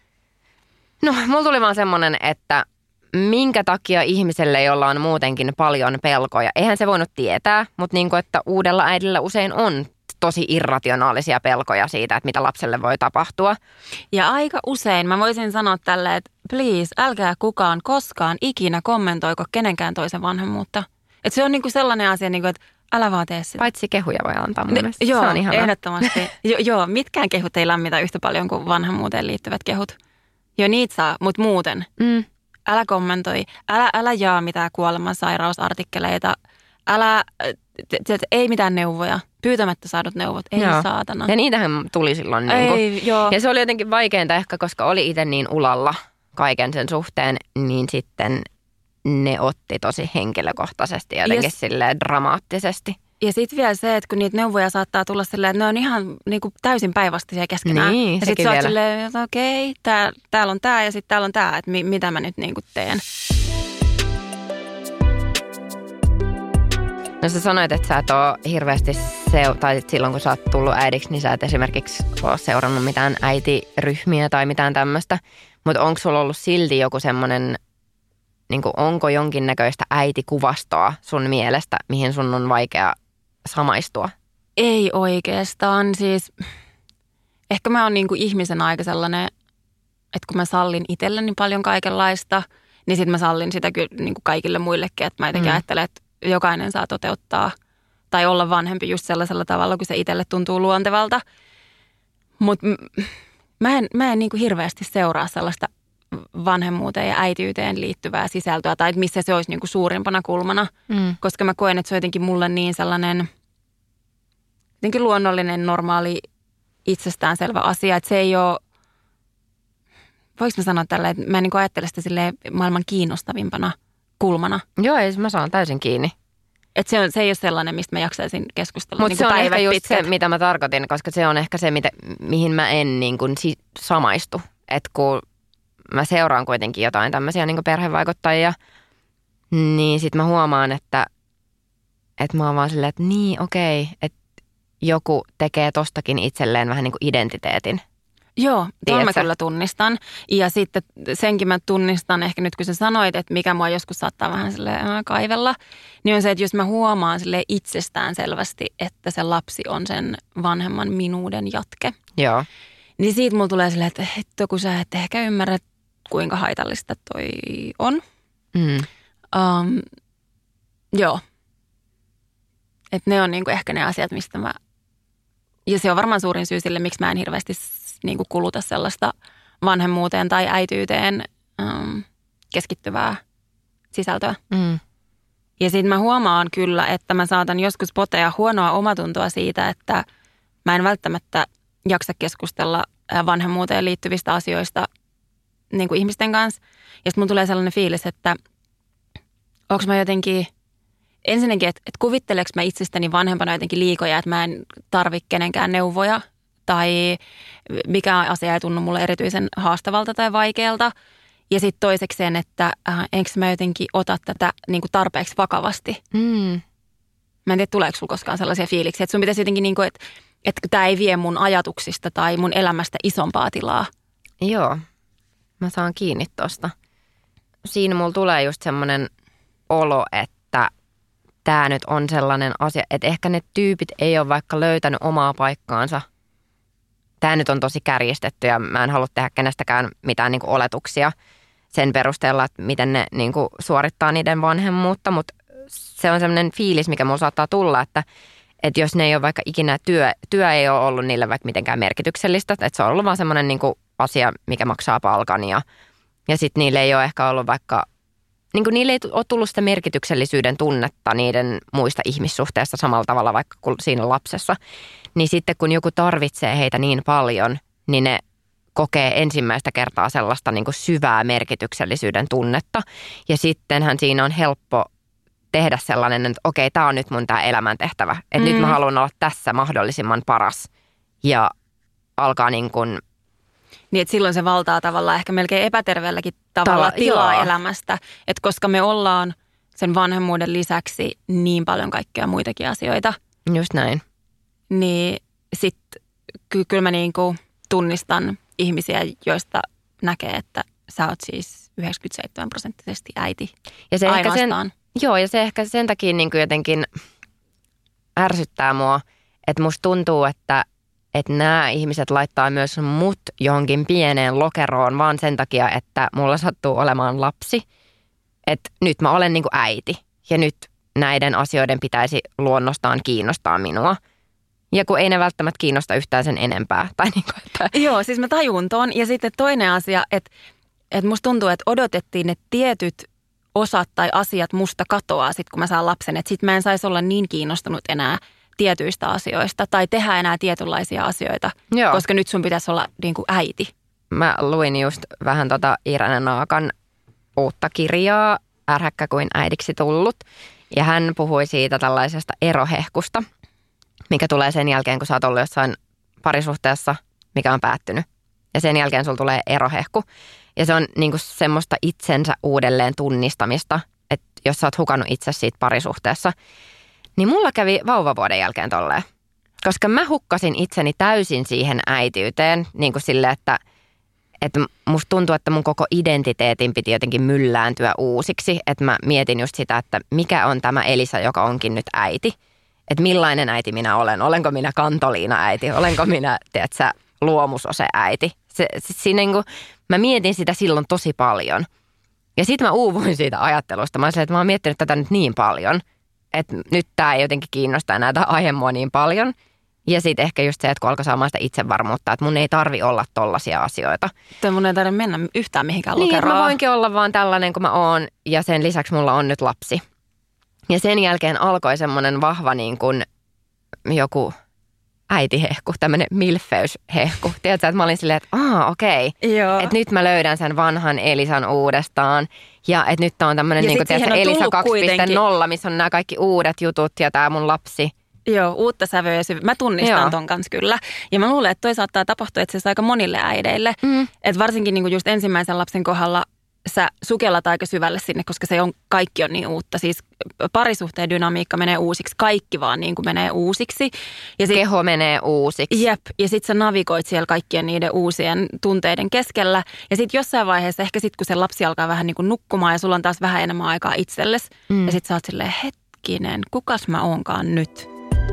no mulla tuli vaan semmoinen, että minkä takia ihmiselle, jolla on muutenkin paljon pelkoja, eihän se voinut tietää, mutta niinku, että uudella äidillä usein on tosi irrationaalisia pelkoja siitä, että mitä lapselle voi tapahtua. Ja aika usein mä voisin sanoa tälle, että please, älkää kukaan koskaan ikinä kommentoiko kenenkään toisen vanhemmuutta. Että se on niinku sellainen asia, niinku, että älä vaan tee sitä. Paitsi kehuja voi antaa mun mielestä. Joo, se on ihanaa. Ehdottomasti. jo, joo, mitkään kehut ei lämmitä yhtä paljon kuin vanhemmuuteen liittyvät kehut. Jo niitä saa, mutta muuten. Mm. Älä kommentoi, älä, älä jaa mitään kuolemansairausartikkeleita, älä, t- t- ei mitään neuvoja, pyytämättä saadut neuvot, ei joo. Saatana. Ja niitähän tuli silloin. Ei, niin kuin, joo. Ja se oli jotenkin vaikeinta ehkä, koska oli itse niin ulalla kaiken sen suhteen, niin sitten ne otti tosi henkilökohtaisesti ja jotenkin yes. silleen dramaattisesti. Ja sitten vielä se, että kun niitä neuvoja saattaa tulla silleen, että ne on ihan niin kuin täysin päinvastaisia keskenään. Niin, ja sitten sä oot silleen, että okei, tää, täällä on tää ja sitten täällä on tää, että mi, mitä mä nyt niin kuin teen. No sä sanoit, että sä et ole hirveästi, seu- tai silloin kun sä oot tullut äidiksi, niin sä et esimerkiksi ole seurannut mitään äitiryhmiä tai mitään tämmöistä. Mutta onko sulla ollut silti joku semmoinen, niin kuin onko jonkinnäköistä äitikuvastoa sun mielestä, mihin sun on vaikea samaistua? Ei oikeastaan. Siis ehkä mä oon niin kuin ihmisen aika sellainen, että kun mä sallin itselleni paljon kaikenlaista, niin sit mä sallin sitä kyllä niin kuin kaikille muillekin. Että mä jotenkin mm. ajattelen, että jokainen saa toteuttaa tai olla vanhempi just sellaisella tavalla, kun se itselle tuntuu luontevalta. Mutta mä en, mä en niin kuin hirveästi seuraa sellaista vanhemmuuteen ja äitiyteen liittyvää sisältöä tai että missä se olisi niin kuin suurimpana kulmana, mm. koska mä koen, että se on jotenkin mulle niin sellainen jotenkin luonnollinen, normaali, itsestäänselvä asia, että se ei ole, voiko mä sanoa tällä, että mä en niin kuin ajattele sitä silleen maailman kiinnostavimpana kulmana. Joo, ei, mä saan täysin kiinni. Että se, on, se ei ole sellainen, mistä mä jaksaisin keskustella. Mutta niin se on ehkä just pitkät. se, mitä mä tarkoitin, koska se on ehkä se, mitä, mihin mä en niin kuin si- samaistu. Että kun mä seuraan kuitenkin jotain tämmöisiä niin kuin perhevaikuttajia, niin sit mä huomaan, että, että mä oon vaan silleen, että niin okei, että joku tekee tostakin itselleen vähän niin kuin identiteetin. Joo, tuon mä kyllä tunnistan. Ja sitten senkin mä tunnistan, ehkä nyt kun sä sanoit, että mikä mua joskus saattaa vähän silleen kaivella, niin on se, että jos mä huomaan silleen itsestään selvästi, että se lapsi on sen vanhemman minuuden jatke. Joo. Niin siitä mulla tulee silleen, että, että kun sä et ehkä ymmärrä, kuinka haitallista toi on. Mm. Um, joo. Että ne on niinku ehkä ne asiat, mistä mä, ja se on varmaan suurin syy sille, miksi mä en hirveästi niin kuin kuluta sellaista vanhemmuuteen tai äityyteen um, keskittyvää sisältöä. Mm. Ja sitten mä huomaan kyllä, että mä saatan joskus potea huonoa omatuntoa siitä, että mä en välttämättä jaksa keskustella vanhemmuuteen liittyvistä asioista niin kuin ihmisten kanssa. Ja sitten mun tulee sellainen fiilis, että onko mä jotenkin, ensinnäkin, että, että kuvitteleeko mä itsestäni vanhempana jotenkin liikoja, että mä en tarvitse kenenkään neuvoja, tai mikä asia ei tunnu mulle erityisen haastavalta tai vaikealta. Ja sitten toisekseen, että äh, enkö mä jotenkin ota tätä niin kuin tarpeeksi vakavasti. Mm. Mä en tiedä, tuleeko sulla koskaan sellaisia fiiliksiä, että sun pitäisi jotenkin, niin kuin, että, että tämä ei vie mun ajatuksista tai mun elämästä isompaa tilaa. Joo, mä saan kiinni tosta. Siinä mulla tulee just semmoinen olo, että tämä nyt on sellainen asia, että ehkä ne tyypit ei ole vaikka löytänyt omaa paikkaansa. Tämä nyt on tosi kärjistetty ja mä en halua tehdä kenestäkään mitään niin kuin oletuksia sen perusteella, että miten ne niin kuin suorittaa niiden vanhemmuutta, mutta se on sellainen fiilis, mikä mulla saattaa tulla, että, että jos ne ei ole vaikka ikinä, työ, työ ei ole ollut niille vaikka mitenkään merkityksellistä, että se on ollut vaan semmoinen niin kuin asia, mikä maksaa palkan ja, ja sitten niille ei ole ehkä ollut vaikka, niin kuin niille ei ole tullut sitä merkityksellisyyden tunnetta niiden muista ihmissuhteista samalla tavalla vaikka kuin siinä lapsessa. Niin sitten kun joku tarvitsee heitä niin paljon, niin ne kokee ensimmäistä kertaa sellaista niin kuin syvää merkityksellisyyden tunnetta. Ja sittenhän siinä on helppo tehdä sellainen, että okei, tämä on nyt mun tämä elämäntehtävä. Että mm. nyt mä haluan olla tässä mahdollisimman paras ja alkaa niin kuin... Niin, että silloin se valtaa tavallaan ehkä melkein epäterveelläkin tavalla Tala, tilaa joo. elämästä. Että koska me ollaan sen vanhemmuuden lisäksi niin paljon kaikkea muitakin asioita. Just näin. Niin sitten ky- kyllä mä niinku tunnistan ihmisiä, joista näkee, että sä oot siis yhdeksänkymmentäseitsemän prosenttisesti äiti ja se ainoastaan. Sen, joo, ja se ehkä sen takia niinku jotenkin ärsyttää mua, että musta tuntuu, että, että nämä ihmiset laittaa myös mut johonkin pieneen lokeroon vaan sen takia, että mulla sattuu olemaan lapsi. Että nyt mä olen niinku äiti ja nyt näiden asioiden pitäisi luonnostaan kiinnostaa minua. Ja kun ei ne välttämättä kiinnosta yhtään sen enempää. Tai niin kuin, että... Joo, siis mä tajun ton. Ja sitten toinen asia, että, että musta tuntuu, että odotettiin, että tietyt osat tai asiat musta katoaa sit, kun mä saan lapsen. Että sit mä en saisi olla niin kiinnostunut enää tietyistä asioista tai tehdä enää tietynlaisia asioita. Joo. Koska nyt sun pitäisi olla niin kuin äiti. Mä luin just vähän tota Irene Naakan uutta kirjaa, Ärhäkkä kuin äidiksi tullut. Ja hän puhui siitä tällaisesta erohehkusta, mikä tulee sen jälkeen, kun sä oot ollut jossain parisuhteessa, mikä on päättynyt. Ja sen jälkeen sulla tulee erohehku. Ja se on niinku semmoista itsensä uudelleen tunnistamista, että jos sä oot hukannut itse siitä parisuhteessa, Niin mulla kävi vauvavuoden jälkeen tolleen. Koska mä hukkasin itseni täysin siihen äitiyteen, niin kuin silleen, että, että musta tuntuu, että mun koko identiteetin piti jotenkin myllääntyä uusiksi. Että mä mietin just sitä, että mikä on tämä Elisa, joka onkin nyt äiti. Että millainen äiti minä olen. Olenko minä Kantoliina-äiti? Olenko minä, tiedätkö, luomusose-äiti? Se, se, siinä niin kuin, mä mietin sitä silloin tosi paljon. Ja sitten mä uuvuin siitä ajattelusta. Mä olin silleen, että mä oon miettinyt tätä nyt niin paljon, että nyt tää ei jotenkin kiinnosta enää tämä aihe mua niin paljon. Ja sitten ehkä just se, että kun alkoi saamaan sitä itsevarmuutta, että mun ei tarvi olla tollaisia asioita. Tai mun ei tarvitse mennä yhtään mihinkään niin, lokeroon. Niin, mä voinkin olla vaan tällainen kuin mä oon ja sen lisäksi mulla on nyt lapsi. Ja sen jälkeen alkoi semmoinen vahva niin kuin joku äitihehku, tämmöinen milfeyshehku. Tiedätkö, että mä olin silleen, että aah okei, okay. Että nyt mä löydän sen vanhan Elisan uudestaan. Ja että nyt tää on tämmöinen niin kuin, tiedätkö, Elisa kaksi piste nolla, missä on nämä kaikki uudet jutut ja tää mun lapsi. Joo, uutta sävyä ja syvyyttä. Mä tunnistan Joo. ton kanssa kyllä. Ja mä luulen, että toi saattaa tapahtua itse asiassa aika monille äideille. Mm. Että varsinkin niin kuin just ensimmäisen lapsen kohdalla sä sukellat aika syvälle sinne, koska se on, kaikki on niin uutta. Siis parisuhteen dynamiikka menee uusiksi, kaikki vaan niin kuin menee uusiksi. Ja sit, keho menee uusiksi. Jep, ja sit sä navigoit siellä kaikkien niiden uusien tunteiden keskellä. Ja sit jossain vaiheessa, ehkä sit kun se lapsi alkaa vähän niin kuin nukkumaan ja sulla on taas vähän enemmän aikaa itsellesi. Mm. Ja sit sä oot silleen, hetkinen, kukas mä oonkaan nyt?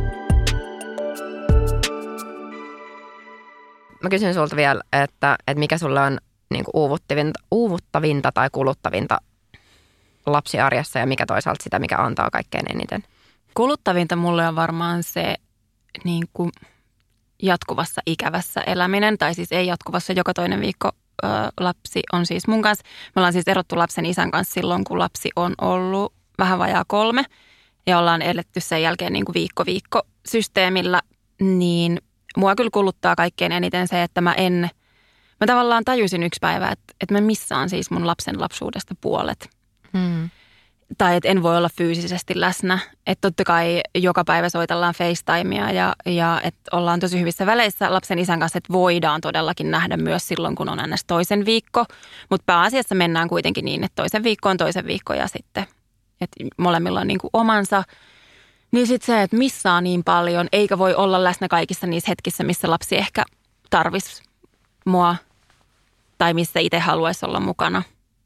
Mä kysyn sulta vielä, että, että mikä sulle on niin kuin uuvuttavinta, uuvuttavinta tai kuluttavinta lapsiarjessa ja mikä toisaalta sitä, mikä antaa kaikkein eniten? Kuluttavinta mulle on varmaan se niin kuin jatkuvassa ikävässä eläminen, tai siis ei jatkuvassa, joka toinen viikko ö, lapsi on siis mun kanssa. Me ollaan siis erottu lapsen isän kanssa silloin, kun lapsi on ollut vähän vajaa kolme ja ollaan eletty sen jälkeen niin kuin viikko viikko systeemillä, niin mua kyllä kuluttaa kaikkein eniten se, että mä en, mä tavallaan tajusin yksi päivä, että, että mä missaan siis mun lapsen lapsuudesta puolet. Hmm. Tai että en voi olla fyysisesti läsnä. Että totta kai joka päivä soitellaan FaceTimea ja, ja että ollaan tosi hyvissä väleissä lapsen isän kanssa, että voidaan todellakin nähdä myös silloin, kun on ennäs toisen viikko. Mutta pääasiassa mennään kuitenkin niin, että toisen viikko on toisen viikko ja sitten, että molemmilla on niin kuin omansa. Niin sitten se, että missaa niin paljon, eikä voi olla läsnä kaikissa niissä hetkissä, missä lapsi ehkä tarvisi mua tai missä itse haluaisi olla mukana.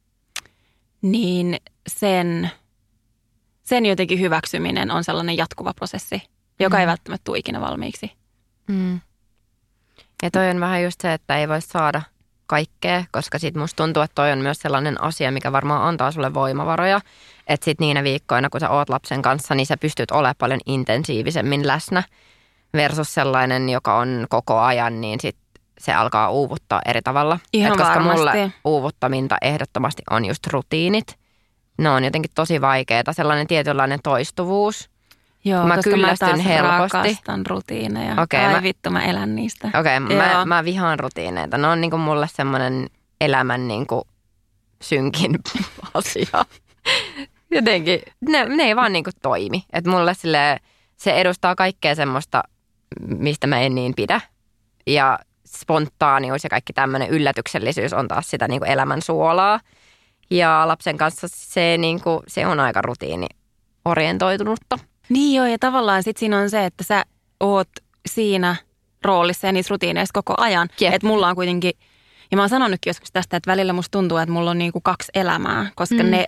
Niin sen, sen jotenkin hyväksyminen on sellainen jatkuva prosessi, joka mm. ei välttämättä tule ikinä valmiiksi. Mm. Ja toi on vähän just se, että ei voi saada kaikkea, koska sit musta tuntuu, että toi on myös sellainen asia, mikä varmaan antaa sulle voimavaroja. Että sit niinä viikkoina, kun sä oot lapsen kanssa, niin sä pystyt olemaan paljon intensiivisemmin läsnä versus sellainen, joka on koko ajan, niin sit se alkaa uuvuttaa eri tavalla. Ihan Et koska varmasti. Mulle uuvuttaminta ehdottomasti on just rutiinit. Ne on jotenkin tosi vaikeita, sellainen tietynlainen toistuvuus. Joo, mä koska kyllästyn mä taas helposti. rakastan rutiineja. Okay, Ai mä, vittu, mä elän niistä. Okei, okay, mä, mä vihaan rutiineita. Ne on niinku mulle semmoinen elämän niinku synkin asia. Jotenkin, ne, ne ei vaan niinku toimi. Että mulle sille, se edustaa kaikkea semmoista, mistä mä en niin pidä. Ja spontaanius ja kaikki tämmöinen yllätyksellisyys on taas sitä niinku elämän suolaa. Ja lapsen kanssa se, niinku, se on aika rutiini-orientoitunutta. Niin joo, ja tavallaan sitten siinä on se, että sä oot siinä roolissa ja niissä rutiineissa koko ajan. Yep. Että mulla on kuitenkin, ja mä oon sanonutkin joskus tästä, että välillä musta tuntuu, että mulla on niinku kaksi elämää, koska mm. ne,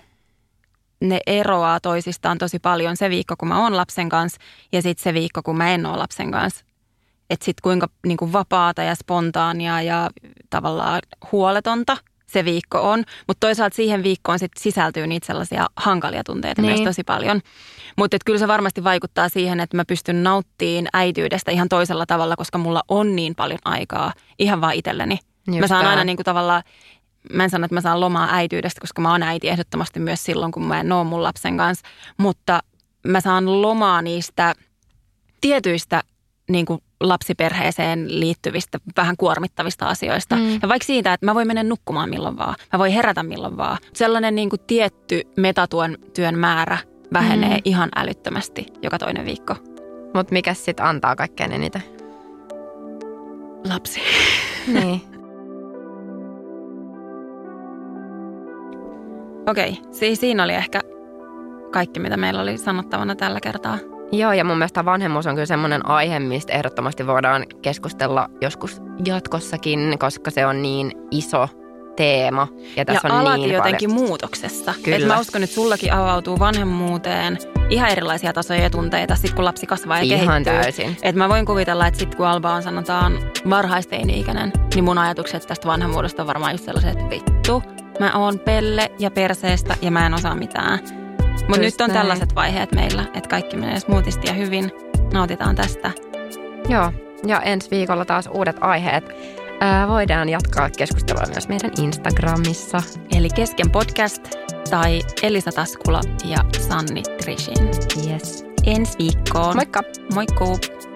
ne eroaa toisistaan tosi paljon se viikko, kun mä oon lapsen kanssa ja sitten se viikko, kun mä en oo lapsen kanssa. Että sitten kuinka niinku vapaata ja spontaania ja tavallaan huoletonta se viikko on. Mutta toisaalta siihen viikkoon sit sisältyy niitä sellaisia hankalia tunteita niin. myös tosi paljon. Mutta kyllä se varmasti vaikuttaa siihen, että mä pystyn nauttimaan äitiydestä ihan toisella tavalla, koska mulla on niin paljon aikaa ihan vaan itselleni. Just mä saan tämä. aina niinku tavallaan, mä en sano, että mä saan lomaa äitiydestä, koska mä oon äiti ehdottomasti myös silloin, kun mä en oo mun lapsen kanssa. Mutta mä saan lomaa niistä tietyistä niin kuin lapsiperheeseen liittyvistä, vähän kuormittavista asioista. Mm. Ja vaikka siitä, että mä voin mennä nukkumaan milloin vaan, mä voin herätä milloin vaan. Sellainen niin kuin tietty metatyön työn määrä vähenee mm. ihan älyttömästi joka toinen viikko. Mutta mikä sitten antaa kaikkein eniten? Lapsi. Niin. Okei, okay, siis siinä oli ehkä kaikki, mitä meillä oli sanottavana tällä kertaa. Joo, ja mun mielestä vanhemmuus on kyllä semmoinen aihe, mistä ehdottomasti voidaan keskustella joskus jatkossakin, koska se on niin iso teema. Ja tässä ja on alati niin jotenkin paljon muutoksessa. Kyllä. Et mä uskon, että sullakin avautuu vanhemmuuteen ihan erilaisia tasoja ja tunteita, sit kun lapsi kasvaa ja ihan kehittyy. täysin. Et mä voin kuvitella, että sit kun Alba on sanotaan varhaisteini-ikäinen, niin mun ajatukset tästä vanhemmuudesta on varmaan just sellaiset, että vittu, mä oon pelle ja perseestä ja mä en osaa mitään. Mutta nyt on näin. tällaiset vaiheet meillä, että kaikki menee smoothisti ja hyvin. Nautitaan tästä. Joo, ja ensi viikolla taas uudet aiheet. Ää, voidaan jatkaa keskustelua myös meidän Instagramissa. Eli Kesken podcast tai Elisa Taskula ja Sanni Trishin. Yes. Ensi viikkoon. Moikka! Moikkuu!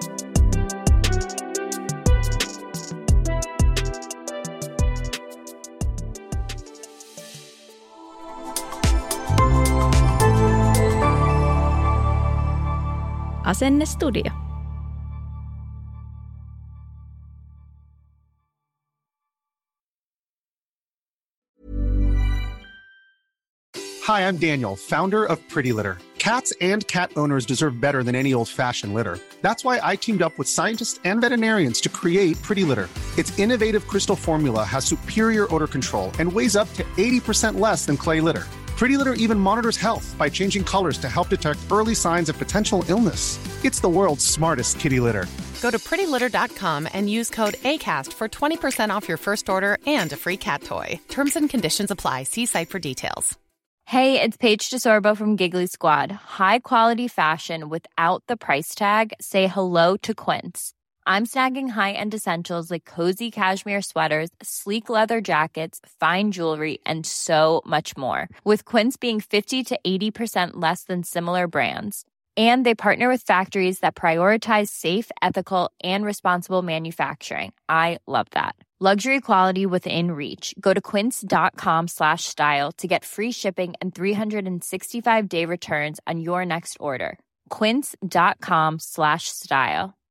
Asenne Studio. Hi, I'm Daniel, founder of Pretty Litter. Cats and cat owners deserve better than any old-fashioned litter. That's why I teamed up with scientists and veterinarians to create Pretty Litter. Its innovative crystal formula has superior odor control and weighs up to eighty percent less than clay litter. Pretty Litter even monitors health by changing colors to help detect early signs of potential illness. It's the world's smartest kitty litter. Go to pretty litter dot com and use code ACAST for twenty percent off your first order and a free cat toy. Terms and conditions apply. See site for details. Hey, it's Paige DeSorbo from Giggly Squad. High quality fashion without the price tag. Say hello to Quince. I'm snagging high-end essentials like cozy cashmere sweaters, sleek leather jackets, fine jewelry, and so much more. With Quince being fifty to eighty percent less than similar brands. And they partner with factories that prioritize safe, ethical, and responsible manufacturing. I love that. Luxury quality within reach. Go to quince.com slash style to get free shipping and three sixty-five day returns on your next order. Quince.com slash style.